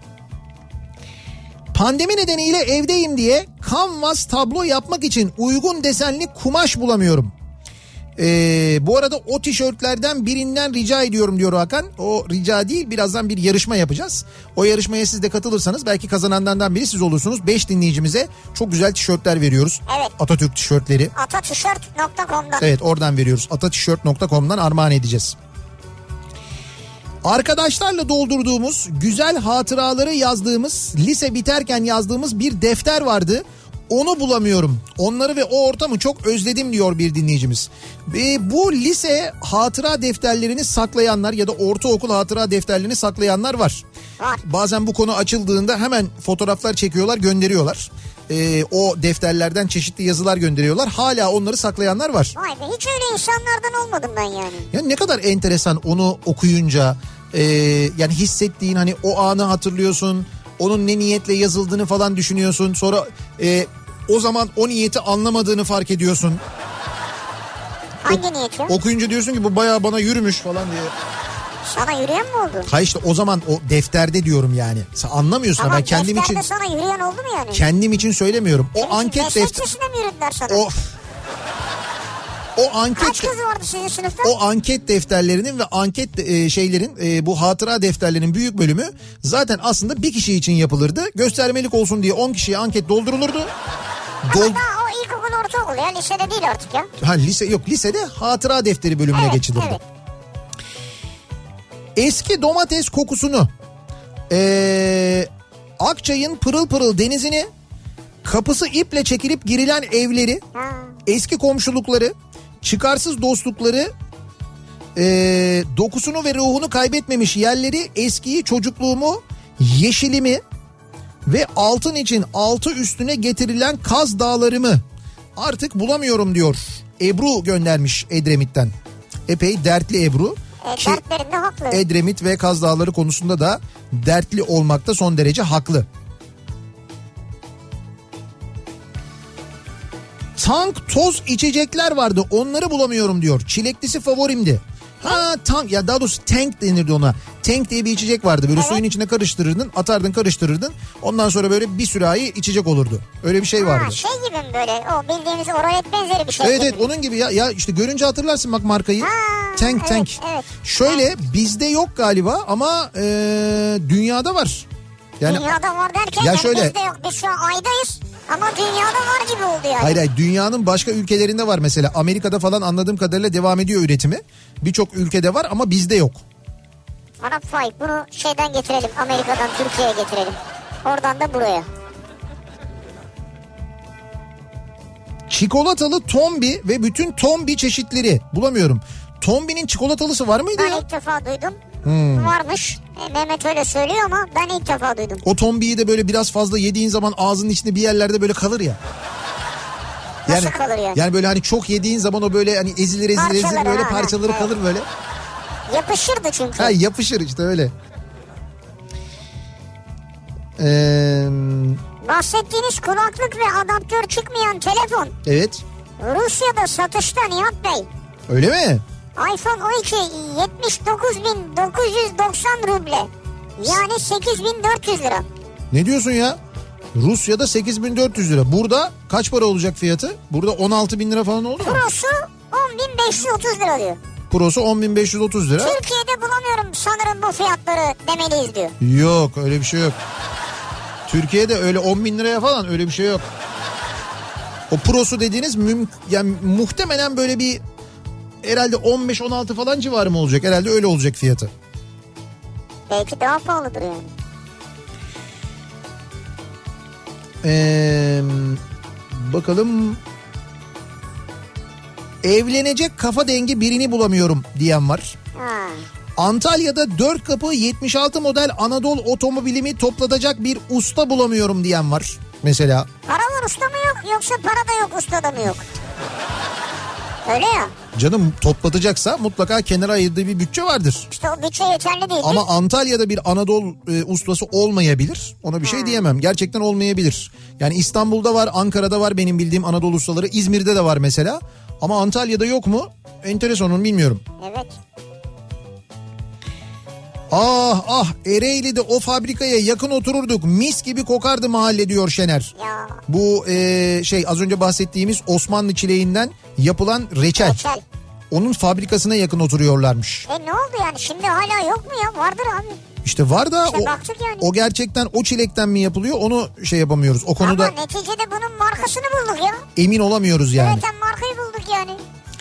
Pandemi nedeniyle evdeyim diye kanvas tablo yapmak için uygun desenli kumaş bulamıyorum. Bu arada o tişörtlerden birinden rica ediyorum diyor Hakan. O rica değil, birazdan bir yarışma yapacağız. O yarışmaya siz de katılırsanız belki kazananlardan biri siz olursunuz. 5 dinleyicimize çok güzel tişörtler veriyoruz. Evet. Atatürk tişörtleri. Atatişört.com'dan. Evet, oradan veriyoruz. Atatişört.com'dan armağan edeceğiz. Arkadaşlarla doldurduğumuz, güzel hatıraları yazdığımız, lise biterken yazdığımız bir defter vardı. Onu bulamıyorum. Onları ve o ortamı çok özledim diyor bir dinleyicimiz. Bu lise hatıra defterlerini saklayanlar ya da ortaokul hatıra defterlerini saklayanlar var. Bazen bu konu açıldığında hemen fotoğraflar çekiyorlar, gönderiyorlar. O defterlerden çeşitli yazılar gönderiyorlar. Hala onları saklayanlar var. Vay be, hiç öyle insanlardan olmadım ben yani. Ya ne kadar enteresan onu okuyunca, yani hissettiğin, hani o anı hatırlıyorsun. Onun ne niyetle yazıldığını falan düşünüyorsun. Sonra o zaman o niyeti anlamadığını fark ediyorsun. Hangi niyeti? Okuyunca diyorsun ki bu bayağı bana yürümüş falan diye. Sana yürüyen mi oldu? Hayır, işte o zaman o defterde diyorum yani. Sen anlamıyorsun. Tamam, ben kendim için. Defterde sana yürüyen oldu mu yani? Kendim için söylemiyorum. O anket defteri. Meslekçisine mi yürüdüler sana? O anket. Kaç kız vardı sizin sınıfta? O anket defterlerinin ve anket şeylerin, bu hatıra defterlerinin büyük bölümü zaten aslında bir kişi için yapılırdı. Göstermelik olsun diye 10 kişiye anket doldurulurdu. Ama daha o ilkokul, ortaokul ya, lisede değil artık ya. Ha, lise yok, lisede hatıra defteri bölümüne geçilirdi. Evet. Eski domates kokusunu, Akçay'ın pırıl pırıl denizini, kapısı iple çekilip girilen evleri, eski komşulukları, çıkarsız dostlukları, dokusunu ve ruhunu kaybetmemiş yerleri, eskiyi, çocukluğumu, yeşilimi ve altın için altı üstüne getirilen Kaz Dağlarımı artık bulamıyorum diyor. Ebru göndermiş Edremit'ten. Epey dertli Ebru. Dertlerinde haklı. Edremit ve Kaz Dağları konusunda da dertli olmakta son derece haklı. Tank toz içecekler vardı, onları bulamıyorum diyor. Çileklisi favorimdi. Ha, tank, ya daha doğrusu tank denirdi ona. Tank diye bir içecek vardı, böyle suyun içine karıştırırdın, atardın, karıştırırdın. Ondan sonra böyle bir sürahi içecek olurdu. Öyle bir şey vardı. Şey gibi mi böyle, o bildiğimiz oralet benzeri bir şey evet, gibi. Evet, onun gibi ya. Ya işte görünce hatırlarsın bak markayı. Tank. Evet. Şöyle bizde yok galiba ama dünyada var. Yani, dünyada var derken ya yani şöyle, bizde yok. Biz şu an aydayız ama dünyada var gibi oldu yani. Hayır, dünyanın başka ülkelerinde var mesela. Amerika'da falan anladığım kadarıyla devam ediyor üretimi. Birçok ülkede var ama bizde yok. Arap Fay, bunu şeyden getirelim, Amerika'dan Türkiye'ye getirelim. Oradan da buraya. Çikolatalı tombi ve bütün tombi çeşitleri bulamıyorum. Tombinin çikolatalısı var mıydı Ben ya? ilk defa duydum. Varmış. Mehmet öyle söylüyor ama ben ilk defa duydum. O tombiyi de böyle biraz fazla yediğin zaman ağzının içinde bir yerlerde böyle kalır ya. Nasıl kalır yani? Yani böyle hani çok yediğin zaman o böyle hani ezilir böyle parçaları kalır böyle. Yapışırdı çünkü. Ha, yapışır işte öyle. Bahsettiğiniz kulaklık ve adaptör çıkmayan telefon. Evet. Rusya'da satışta Nihat Bey. Öyle mi? iPhone 12 79.990 ruble. Yani 8.400 lira. Ne diyorsun ya? Rusya'da 8.400 lira. Burada kaç para olacak fiyatı? Burada 16.000 lira falan oldu mu? Pro'su 10.530 lira diyor. Pro'su 10.530 lira. Türkiye'de bulamıyorum sanırım bu fiyatları demeliyiz diyor. Yok, öyle bir şey yok. Türkiye'de öyle 10.000 liraya falan öyle bir şey yok. O Pro'su dediğiniz yani muhtemelen böyle bir herhalde 15-16 falan civarı mı olacak? Herhalde öyle olacak fiyatı. Belki daha pahalıdır yani. Bakalım. Evlenecek kafa dengi birini bulamıyorum diyen var. Antalya'da 4 kapı 76 model Anadolu otomobilimi toplatacak bir usta bulamıyorum diyen var mesela. Para var, usta mı yok, yoksa para da yok, usta da mı yok? Öyle ya. Canım toplatacaksa mutlaka kenara ayırdığı bir bütçe vardır. İşte o bütçe yeterli değil. Ama Antalya'da bir Anadolu ustası olmayabilir. Ona bir şey diyemem. Gerçekten olmayabilir. Yani İstanbul'da var, Ankara'da var benim bildiğim Anadolu ustaları. İzmir'de de var mesela. Ama Antalya'da yok mu? Enteresan, onu bilmiyorum. Evet. Ah Ereğli'de o fabrikaya yakın otururduk. Mis gibi kokardı mahalle diyor Şener. Ya. Bu az önce bahsettiğimiz Osmanlı çileğinden yapılan reçel. Onun fabrikasına yakın oturuyorlarmış. Ne oldu yani, şimdi hala yok mu ya? Vardır abi. İşte var da İşte yani. O gerçekten o çilekten mi yapılıyor onu yapamıyoruz. O konuda. Ama neticede bunun markasını bulduk ya. Emin olamıyoruz yani. Evet, markayı bulduk yani.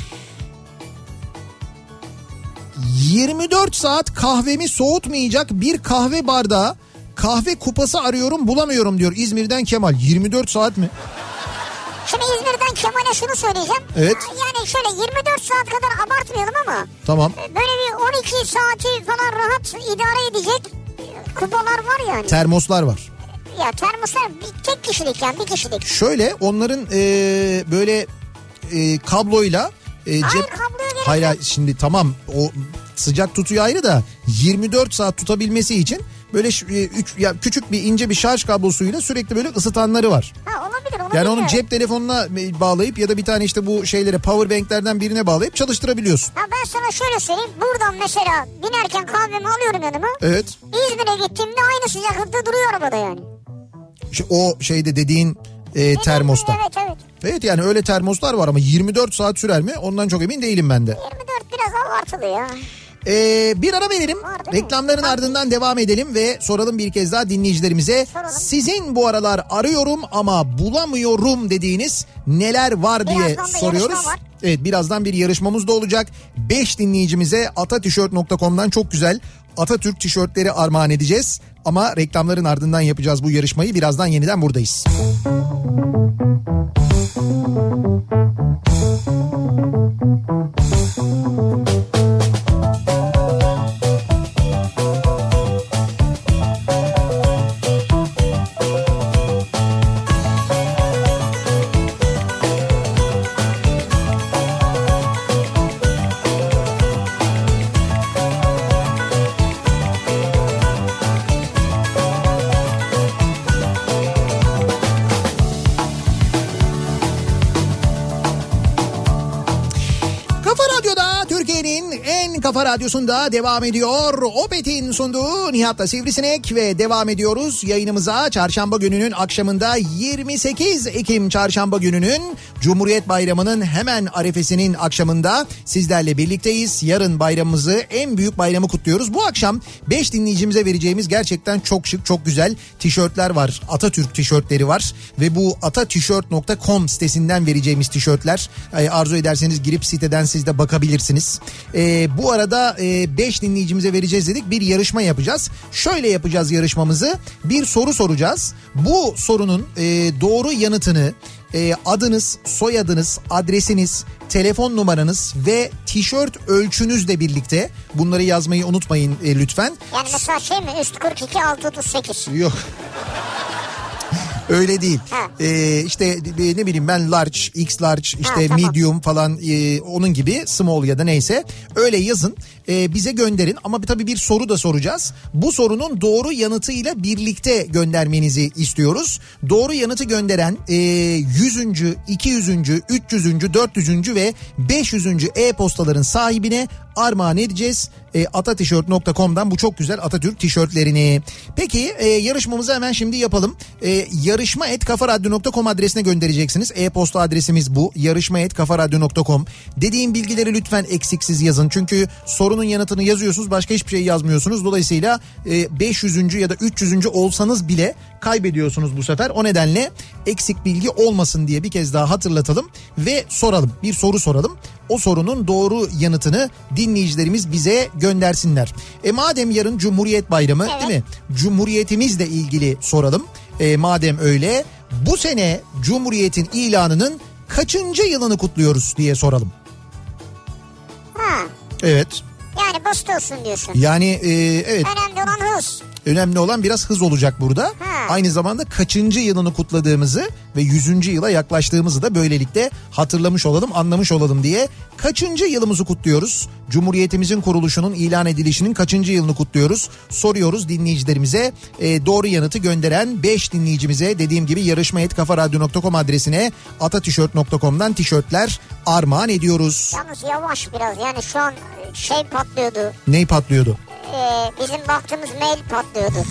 24 saat kahvemi soğutmayacak bir kahve bardağı, kahve kupası arıyorum, bulamıyorum diyor İzmir'den Kemal. 24 saat mi? Şimdi İzmir'den Kemal'e şunu söyleyeceğim. Evet. Yani şöyle 24 saat kadar abartmayalım ama. Tamam. Böyle bir 12 saati falan rahat idare edecek kupalar var yani. Termoslar var. Ya termoslar tek kişilik, yani bir kişilik. Şöyle onların böyle kabloyla Hayır, kabloya gerek Hayır yok. şimdi tamam, o sıcak tutuyor ayrı da 24 saat tutabilmesi için böyle küçük bir ince bir şarj kablosuyla sürekli böyle ısıtanları var. Ha, olabilir, onu yani onu bilmiyorum. cep telefonuna bağlayıp ya da bir tane bu power banklerden birine bağlayıp çalıştırabiliyorsun. Ha, ben sana şöyle söyleyeyim. Buradan mesela binerken kahvemi alıyorum yanıma. Evet. İzmir'e gittiğimde aynı sıcaklıkta duruyor arabada yani. İşte o dediğin termosta. Evet. Evet, yani öyle termoslar var ama 24 saat sürer mi? Ondan çok emin değilim ben de. 24 biraz abartılı ya. Bir ara verelim. Reklamların ardından devam edelim ve soralım bir kez daha dinleyicilerimize. Sizin bu aralar arıyorum ama bulamıyorum dediğiniz neler var diye soruyoruz. Evet, birazdan bir yarışmamız da olacak. 5 dinleyicimize atatişört.com'dan çok güzel Atatürk tişörtleri armağan edeceğiz. Ama reklamların ardından yapacağız bu yarışmayı. Birazdan yeniden buradayız. Kafa Radyosu'nda devam ediyor. Opet'in sunduğu Nihat'la Sivrisinek ve devam ediyoruz yayınımıza. Çarşamba gününün akşamında 28 Ekim Çarşamba gününün Cumhuriyet Bayramı'nın hemen arefesinin akşamında sizlerle birlikteyiz. Yarın bayramımızı, en büyük bayramı kutluyoruz. Bu akşam 5 dinleyicimize vereceğimiz gerçekten çok şık, çok güzel tişörtler var. Atatürk tişörtleri var ve bu atatişört.com sitesinden vereceğimiz tişörtler. Arzu ederseniz girip siteden siz de bakabilirsiniz. Bu arada 5 dinleyicimize vereceğiz dedik, bir yarışma yapacağız. Şöyle yapacağız yarışmamızı: bir soru soracağız. Bu sorunun doğru yanıtını adınız, soyadınız, adresiniz, telefon numaranız ve tişört ölçünüzle birlikte, bunları yazmayı unutmayın lütfen. Yani mesela mi, üst 42 alt 38. Yok. Öyle değil. Ne bileyim ben, large, x large, tamam, medium falan, onun gibi, small ya da neyse öyle yazın, bize gönderin. Ama tabii bir soru da soracağız. Bu sorunun doğru yanıtıyla birlikte göndermenizi istiyoruz. Doğru yanıtı gönderen 100. 200. 300. 400. ve 500. e-postaların sahibine armağan edeceğiz atatişört.com'dan bu çok güzel Atatürk tişörtlerini. Peki yarışmamızı hemen şimdi yapalım. yarışma@kafaradyo.com adresine göndereceksiniz. E-posta adresimiz bu. yarışma@kafaradyo.com. Dediğim bilgileri lütfen eksiksiz yazın. Çünkü sorunun yanıtını yazıyorsunuz, başka hiçbir şey yazmıyorsunuz. Dolayısıyla 500. ya da 300. olsanız bile kaybediyorsunuz bu sefer. O nedenle eksik bilgi olmasın diye bir kez daha hatırlatalım ve soralım. Bir soru soralım. O sorunun doğru yanıtını dinleyicilerimiz bize göndersinler. Madem yarın Cumhuriyet Bayramı, evet, değil mi? Cumhuriyetimizle ilgili soralım. Madem öyle, bu sene Cumhuriyet'in ilanının kaçıncı yılını kutluyoruz diye soralım. Ha. Evet. Yani Yani basit olsun diyorsun. Yani evet. Önemli olan hız. Önemli olan biraz hız olacak burada. Ha. Aynı zamanda kaçıncı yılını kutladığımızı ve 100. yıla yaklaştığımızı da böylelikle hatırlamış olalım, anlamış olalım diye. Kaçıncı yılımızı kutluyoruz? Cumhuriyetimizin kuruluşunun ilan edilişinin kaçıncı yılını kutluyoruz? Soruyoruz dinleyicilerimize. Doğru yanıtı gönderen 5 dinleyicimize dediğim gibi yarışma@kafaradyo.com adresine atatişört.com'dan tişörtler armağan ediyoruz. Yalnız yavaş biraz, yani şu an patlıyordu. Ney patlıyordu? Bizim baktığımız mail patlıyordu.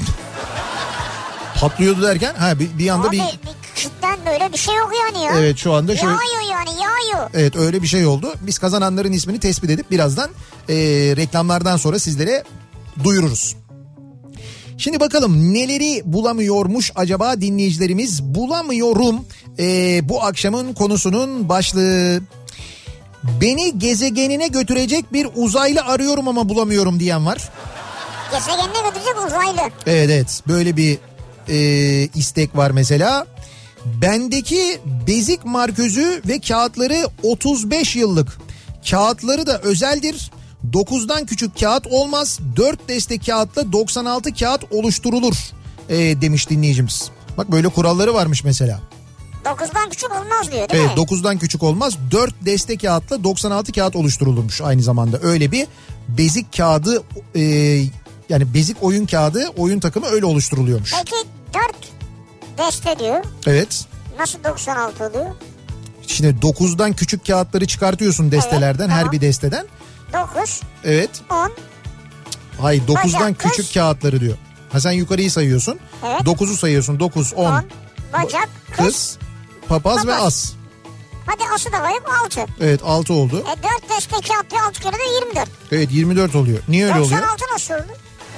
Patlıyordu derken bir anda Abi, bir küçükten böyle bir şey yok yani ya. Evet, şu anda şöyle. Yağıyor yani, yağıyor. Evet, öyle bir şey oldu. Biz kazananların ismini tespit edip birazdan reklamlardan sonra sizlere duyururuz. Şimdi bakalım neleri bulamıyormuş acaba dinleyicilerimiz? Bulamıyorum bu akşamın konusunun başlığı. Beni gezegenine götürecek bir uzaylı arıyorum ama bulamıyorum diyen var. Gezegenine götürecek uzaylı. Evet, böyle bir istek var mesela. Bendeki bezik marközü ve kağıtları 35 yıllık. Kağıtları da özeldir. 9'dan küçük kağıt olmaz. 4 deste kağıtla 96 kağıt oluşturulur demiş dinleyicimiz. Bak, böyle kuralları varmış mesela. 9'dan küçük olmaz diyor değil mi? Evet, 9'dan küçük olmaz. 4 deste kağıtla 96 kağıt oluşturulmuş aynı zamanda. Öyle bir bezik kağıdı yani bezik oyun kağıdı, oyun takımı öyle oluşturuluyormuş. Peki 4 deste diyor. Evet. Nasıl 96 oluyor? Şimdi 9'dan küçük kağıtları çıkartıyorsun destelerden, evet, tamam. Her bir desteden. 9. Evet. 10. Hayır, 9'dan bacak, küçük kız. kağıtları diyor. Ha, sen yukarıyı sayıyorsun. Evet. 9'u sayıyorsun. 9, 10. Bacak, kız. Papaz ve as. Hadi ası da koyup 6. Evet, 6 oldu. 4 deste kağıt diyor, 6 kere de 24. Evet, 24 oluyor. Niye öyle oluyor? 96 nasıl oldu?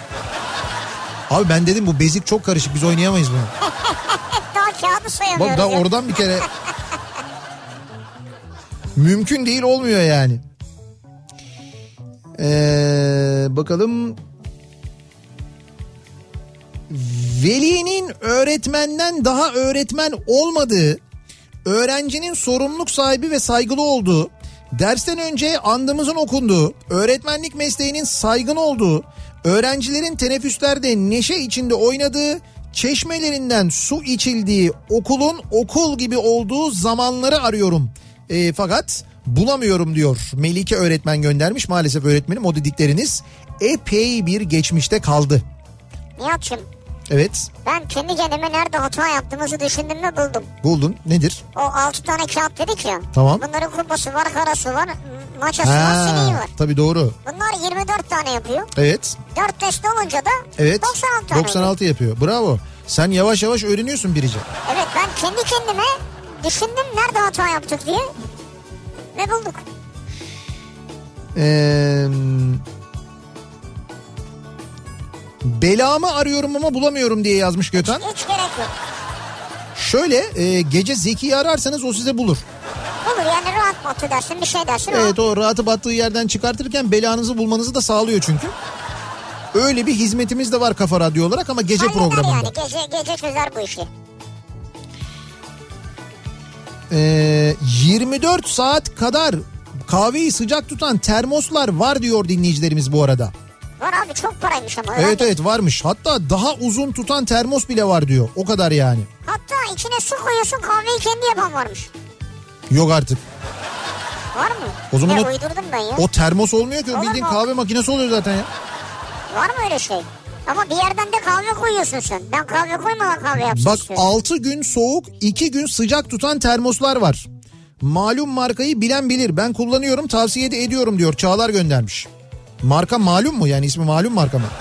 Abi ben dedim bu bezik çok karışık, biz oynayamayız bunu. Daha kağıdı sayamıyoruz. Bak, daha ya. oradan bir kere mümkün değil, olmuyor yani. Bakalım. Velinin öğretmenden daha öğretmen olmadığı, öğrencinin sorumluluk sahibi ve saygılı olduğu, dersten önce andımızın okunduğu, öğretmenlik mesleğinin saygın olduğu, öğrencilerin teneffüslerde neşe içinde oynadığı, çeşmelerinden su içildiği okulun okul gibi olduğu zamanları arıyorum. Fakat bulamıyorum diyor. Melike öğretmen göndermiş. Maalesef öğretmenim, o dedikleriniz epey bir geçmişte kaldı. Nihat'cığım. Evet. Ben kendi kendime nerede hata yaptığımızı düşündüm ve buldum. Buldun. Nedir? O 6 tane kağıt dedik ya. Tamam. Bunların kupası var, karası var, maçası var, sineği var. Tabii, doğru. Bunlar 24 tane yapıyor. Evet. 4 deste olunca da Evet. 96 tane 96 yapıyor. Bravo. Sen yavaş yavaş öğreniyorsun Biricik. Evet, ben kendi kendime düşündüm nerede hata yaptık diye. Ve bulduk. Belamı arıyorum ama bulamıyorum diye yazmış Gökhan. Hiç gerek yok. Şöyle gece Zeki'yi ararsanız o size bulur. Olur yani, rahat batı dersin, bir şey dersin. Evet, o rahatı battığı yerden çıkartırken belanızı bulmanızı da sağlıyor çünkü. Öyle bir hizmetimiz de var Kafa Radyo olarak ama gece halleder programında. yani, gece çözer bu işi. 24 saat kadar kahveyi sıcak tutan termoslar var diyor dinleyicilerimiz bu arada. Var abi, çok paraymış ama. Evet evet, varmış. Hatta daha uzun tutan termos bile var diyor. O kadar yani. Hatta içine su koyuyorsun, kahveyi kendi yapan varmış. Yok artık. Var mı? O zaman uydurdum ben ya. O termos olmuyor ki. O Olur bildiğin mu? kahve makinesi oluyor zaten ya. Var mı öyle şey? Ama bir yerden de kahve koyuyorsun sen. Ben kahve koymadan kahve yapsın Bak, istiyorum. 6 gün soğuk 2 gün sıcak tutan termoslar var. Malum markayı bilen bilir. Ben kullanıyorum, tavsiye de ediyorum diyor. Çağlar göndermiş. Marka malum mu, yani ismi malum marka mı?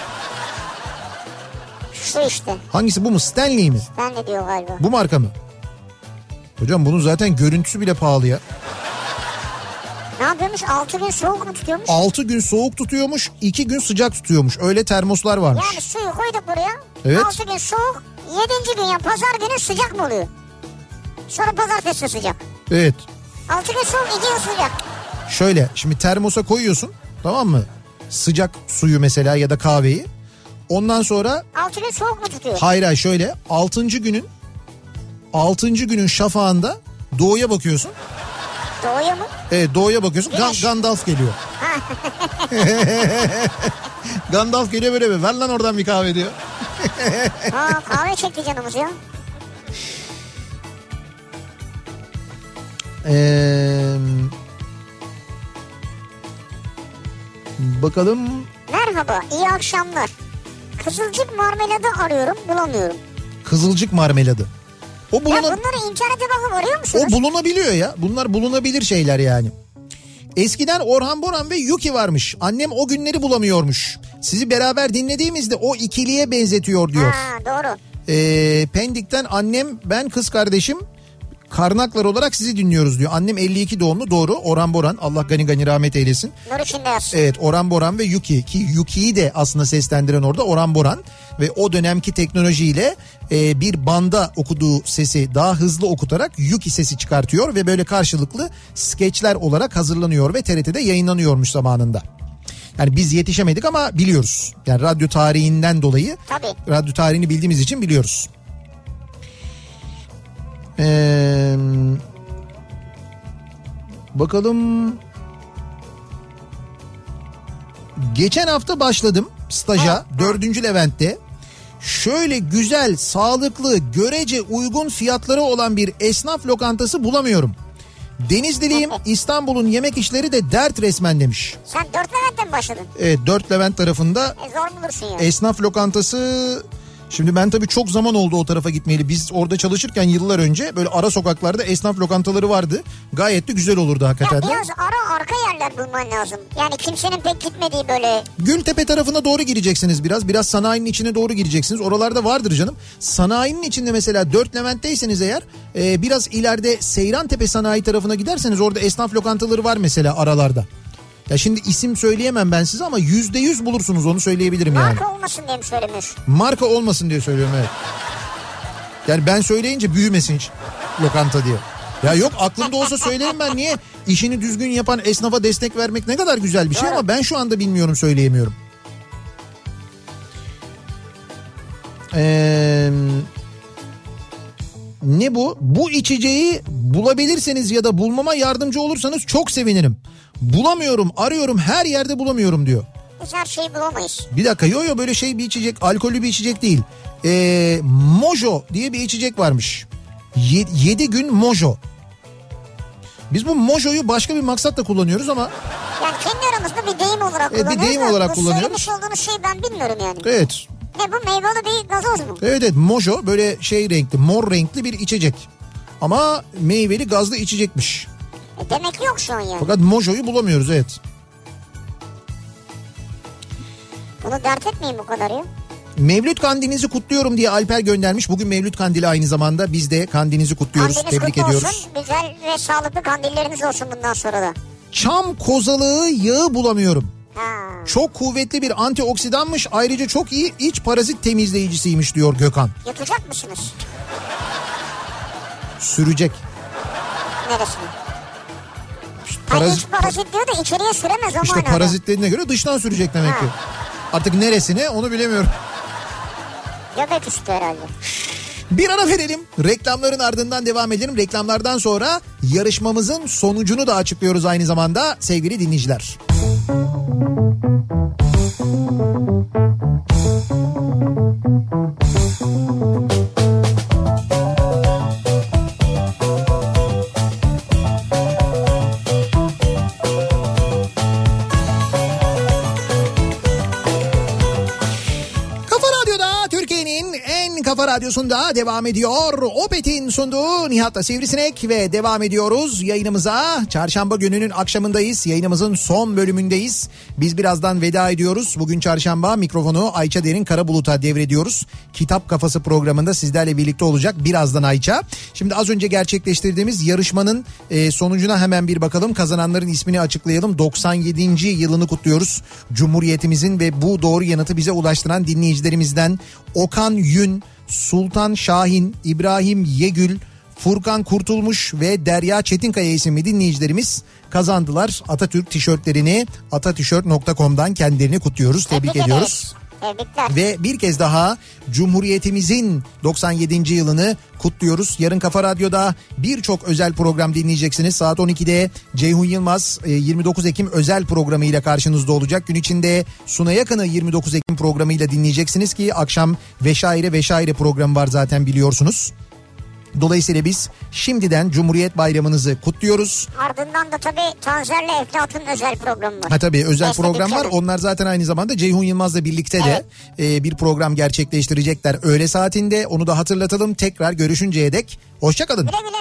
Şu işte. Hangisi, bu mu, Stanley mi? Ben de diyor galiba. Bu marka mı? Hocam bunun zaten görüntüsü bile pahalı ya. Ne yapıyormuş? 6 gün soğuk mu tutuyormuş? 6 gün soğuk tutuyormuş, 2 gün sıcak tutuyormuş. Öyle termoslar varmış. Yani suyu koyduk buraya. Evet. 6 gün soğuk. 7. gün, yani pazar günü sıcak mı oluyor? Sonra pazartesi sıcak. Evet. 6 gün soğuk, 2 gün sıcak. Şöyle, şimdi termosa koyuyorsun, tamam mı? Sıcak suyu mesela ya da kahveyi. Ondan sonra 6 gün soğuk mu tutuyor? hayır şöyle 6. günün şafağında doğuya bakıyorsun. Doğuya mı? Evet, doğuya bakıyorsun. Gandalf geliyor. Gandalf geliyor böyle bir. Ver lan oradan bir kahve diyor. Kahve çekti canımız ya. Bakalım. Merhaba, iyi akşamlar. Kızılcık marmeladı arıyorum, bulamıyorum. Kızılcık marmeladı. Ya bunları internete bakıp arıyor musunuz? O bulunabiliyor ya. Bunlar bulunabilir şeyler yani. Eskiden Orhan Boran ve Yuki varmış. Annem o günleri bulamıyormuş. Sizi beraber dinlediğimizde o ikiliye benzetiyor diyor. Ha, doğru. Pendik'ten annem, ben, kız kardeşim Karnaklar olarak sizi dinliyoruz diyor. Annem 52 doğumlu, doğru. Orhan Boran, Allah gani gani rahmet eylesin. Nur içinde yatsın. Evet, Orhan Boran ve Yuki, ki Yuki'yi de aslında seslendiren orada Orhan Boran ve o dönemki teknolojiyle bir banda okuduğu sesi daha hızlı okutarak Yuki sesi çıkartıyor ve böyle karşılıklı skeçler olarak hazırlanıyor ve TRT'de yayınlanıyormuş zamanında. Yani biz yetişemedik ama biliyoruz. Yani radyo tarihinden dolayı, tabii, radyo tarihini bildiğimiz için biliyoruz. Bakalım. Geçen hafta başladım staja 4. Levent'te. Şöyle güzel, sağlıklı, görece uygun fiyatları olan bir esnaf lokantası bulamıyorum. Denizliliyim, İstanbul'un yemek işleri de dert resmen demiş. Sen 4 Levent'te mi başladın? Evet, 4 Levent tarafında. Zor bulursun ya. Esnaf lokantası. Şimdi ben tabii çok zaman oldu o tarafa gitmeyeli. Biz orada çalışırken yıllar önce böyle ara sokaklarda esnaf lokantaları vardı. Gayet de güzel olurdu hakikaten. Ya biraz arka yerler bulman lazım. Yani kimsenin pek gitmediği böyle. Gültepe tarafına doğru gireceksiniz biraz. Biraz sanayinin içine doğru gireceksiniz. Oralarda vardır canım. Sanayinin içinde mesela 4 Levent'teyseniz eğer biraz ileride Seyrantepe sanayi tarafına giderseniz orada esnaf lokantaları var mesela aralarda. Ya şimdi isim söyleyemem ben size ama %100 bulursunuz, onu söyleyebilirim yani. Marka olmasın diye mi söylemiyorsun? Marka olmasın diye söylüyorum, evet. Yani ben söyleyince büyümesin hiç lokanta diye. Ya yok, aklımda olsa söylerim ben, niye? İşini düzgün yapan esnafa destek vermek ne kadar güzel bir şey, ama ben şu anda bilmiyorum, söyleyemiyorum. Ne bu? Bu içeceği bulabilirseniz ya da bulmama yardımcı olursanız çok sevinirim. Bulamıyorum, arıyorum, her yerde bulamıyorum diyor. Biz her şeyi bulamayız. Bir dakika, yo böyle şey bir içecek, alkollü bir içecek değil. Mojo diye bir içecek varmış. 7 gün Mojo. Biz bu Mojo'yu başka bir maksatla kullanıyoruz ama. Yani kendi aramızda bir deyim olarak kullanıyoruz. Bir deyim olarak kullanıyoruz. Söylemiş olduğunuz şeyi ben bilmiyorum yani. Evet. Ne bu, meyveli bir gazoz mu? Evet, Mojo böyle şey renkli, mor renkli bir içecek. Ama meyveli gazlı içecekmiş. Demek yok şu an yani. Fakat Mojo'yu bulamıyoruz, evet. Bunu dert etmeyin bu kadar ya. Mevlüt kandilinizi kutluyorum diye Alper göndermiş. Bugün Mevlüt kandili aynı zamanda. Biz de kandilinizi kutluyoruz. Kandiliniz tebrik kutlu ediyoruz. olsun. Güzel ve sağlıklı kandilleriniz olsun bundan sonra da. Çam kozalığı yağı bulamıyorum. Ha. Çok kuvvetli bir antioksidanmış. Ayrıca çok iyi iç parazit temizleyicisiymiş diyor Gökhan. Yutacak mısınız? Sürecek. Neresine? Parazit diyor da içeriye süremez o İşte manada. parazitlerine göre dıştan sürecek demek ki. Artık neresine onu bilemiyorum. Göbek üstü herhalde. Bir ara verelim. Reklamların ardından devam edelim. Reklamlardan sonra yarışmamızın sonucunu da açıklıyoruz aynı zamanda sevgili dinleyiciler. Kafa Radyosu'nda devam ediyor. Opet'in sunduğu Nihat'la Sivrisinek ve devam ediyoruz yayınımıza. Çarşamba gününün akşamındayız. Yayınımızın son bölümündeyiz. Biz birazdan veda ediyoruz. Bugün çarşamba, mikrofonu Ayça Derin Karabulut'a devrediyoruz. Kitap Kafası programında sizlerle birlikte olacak birazdan Ayça. Şimdi az önce gerçekleştirdiğimiz yarışmanın sonucuna hemen bir bakalım. Kazananların ismini açıklayalım. 97. yılını kutluyoruz. Cumhuriyetimizin ve bu doğru yanıtı bize ulaştıran dinleyicilerimizden Okan Yün, Sultan Şahin, İbrahim Yegül, Furkan Kurtulmuş ve Derya Çetinkaya isimli dinleyicilerimiz kazandılar. Atatürk tişörtlerini atatişört.com'dan kendilerini kutluyoruz, tebrik ediyoruz. Tebrikler. Ve bir kez daha Cumhuriyetimizin 97. yılını kutluyoruz. Yarın Kafa Radyo'da birçok özel program dinleyeceksiniz. Saat 12'de Ceyhun Yılmaz 29 Ekim özel programıyla karşınızda olacak. Gün içinde Suna Yakın'ı 29 Ekim programıyla dinleyeceksiniz ki akşam Veşaire programı var zaten biliyorsunuz. Dolayısıyla biz şimdiden Cumhuriyet Bayramınızı kutluyoruz. Ardından da tabii Tanzer'le Eflatun özel programı var. Ha tabii özel Destek program var. tabii. Onlar zaten aynı zamanda Ceyhun Yılmaz'la birlikte de bir program gerçekleştirecekler öğle saatinde. Onu da hatırlatalım. Tekrar görüşünceye dek hoşça kalın. Güle güle.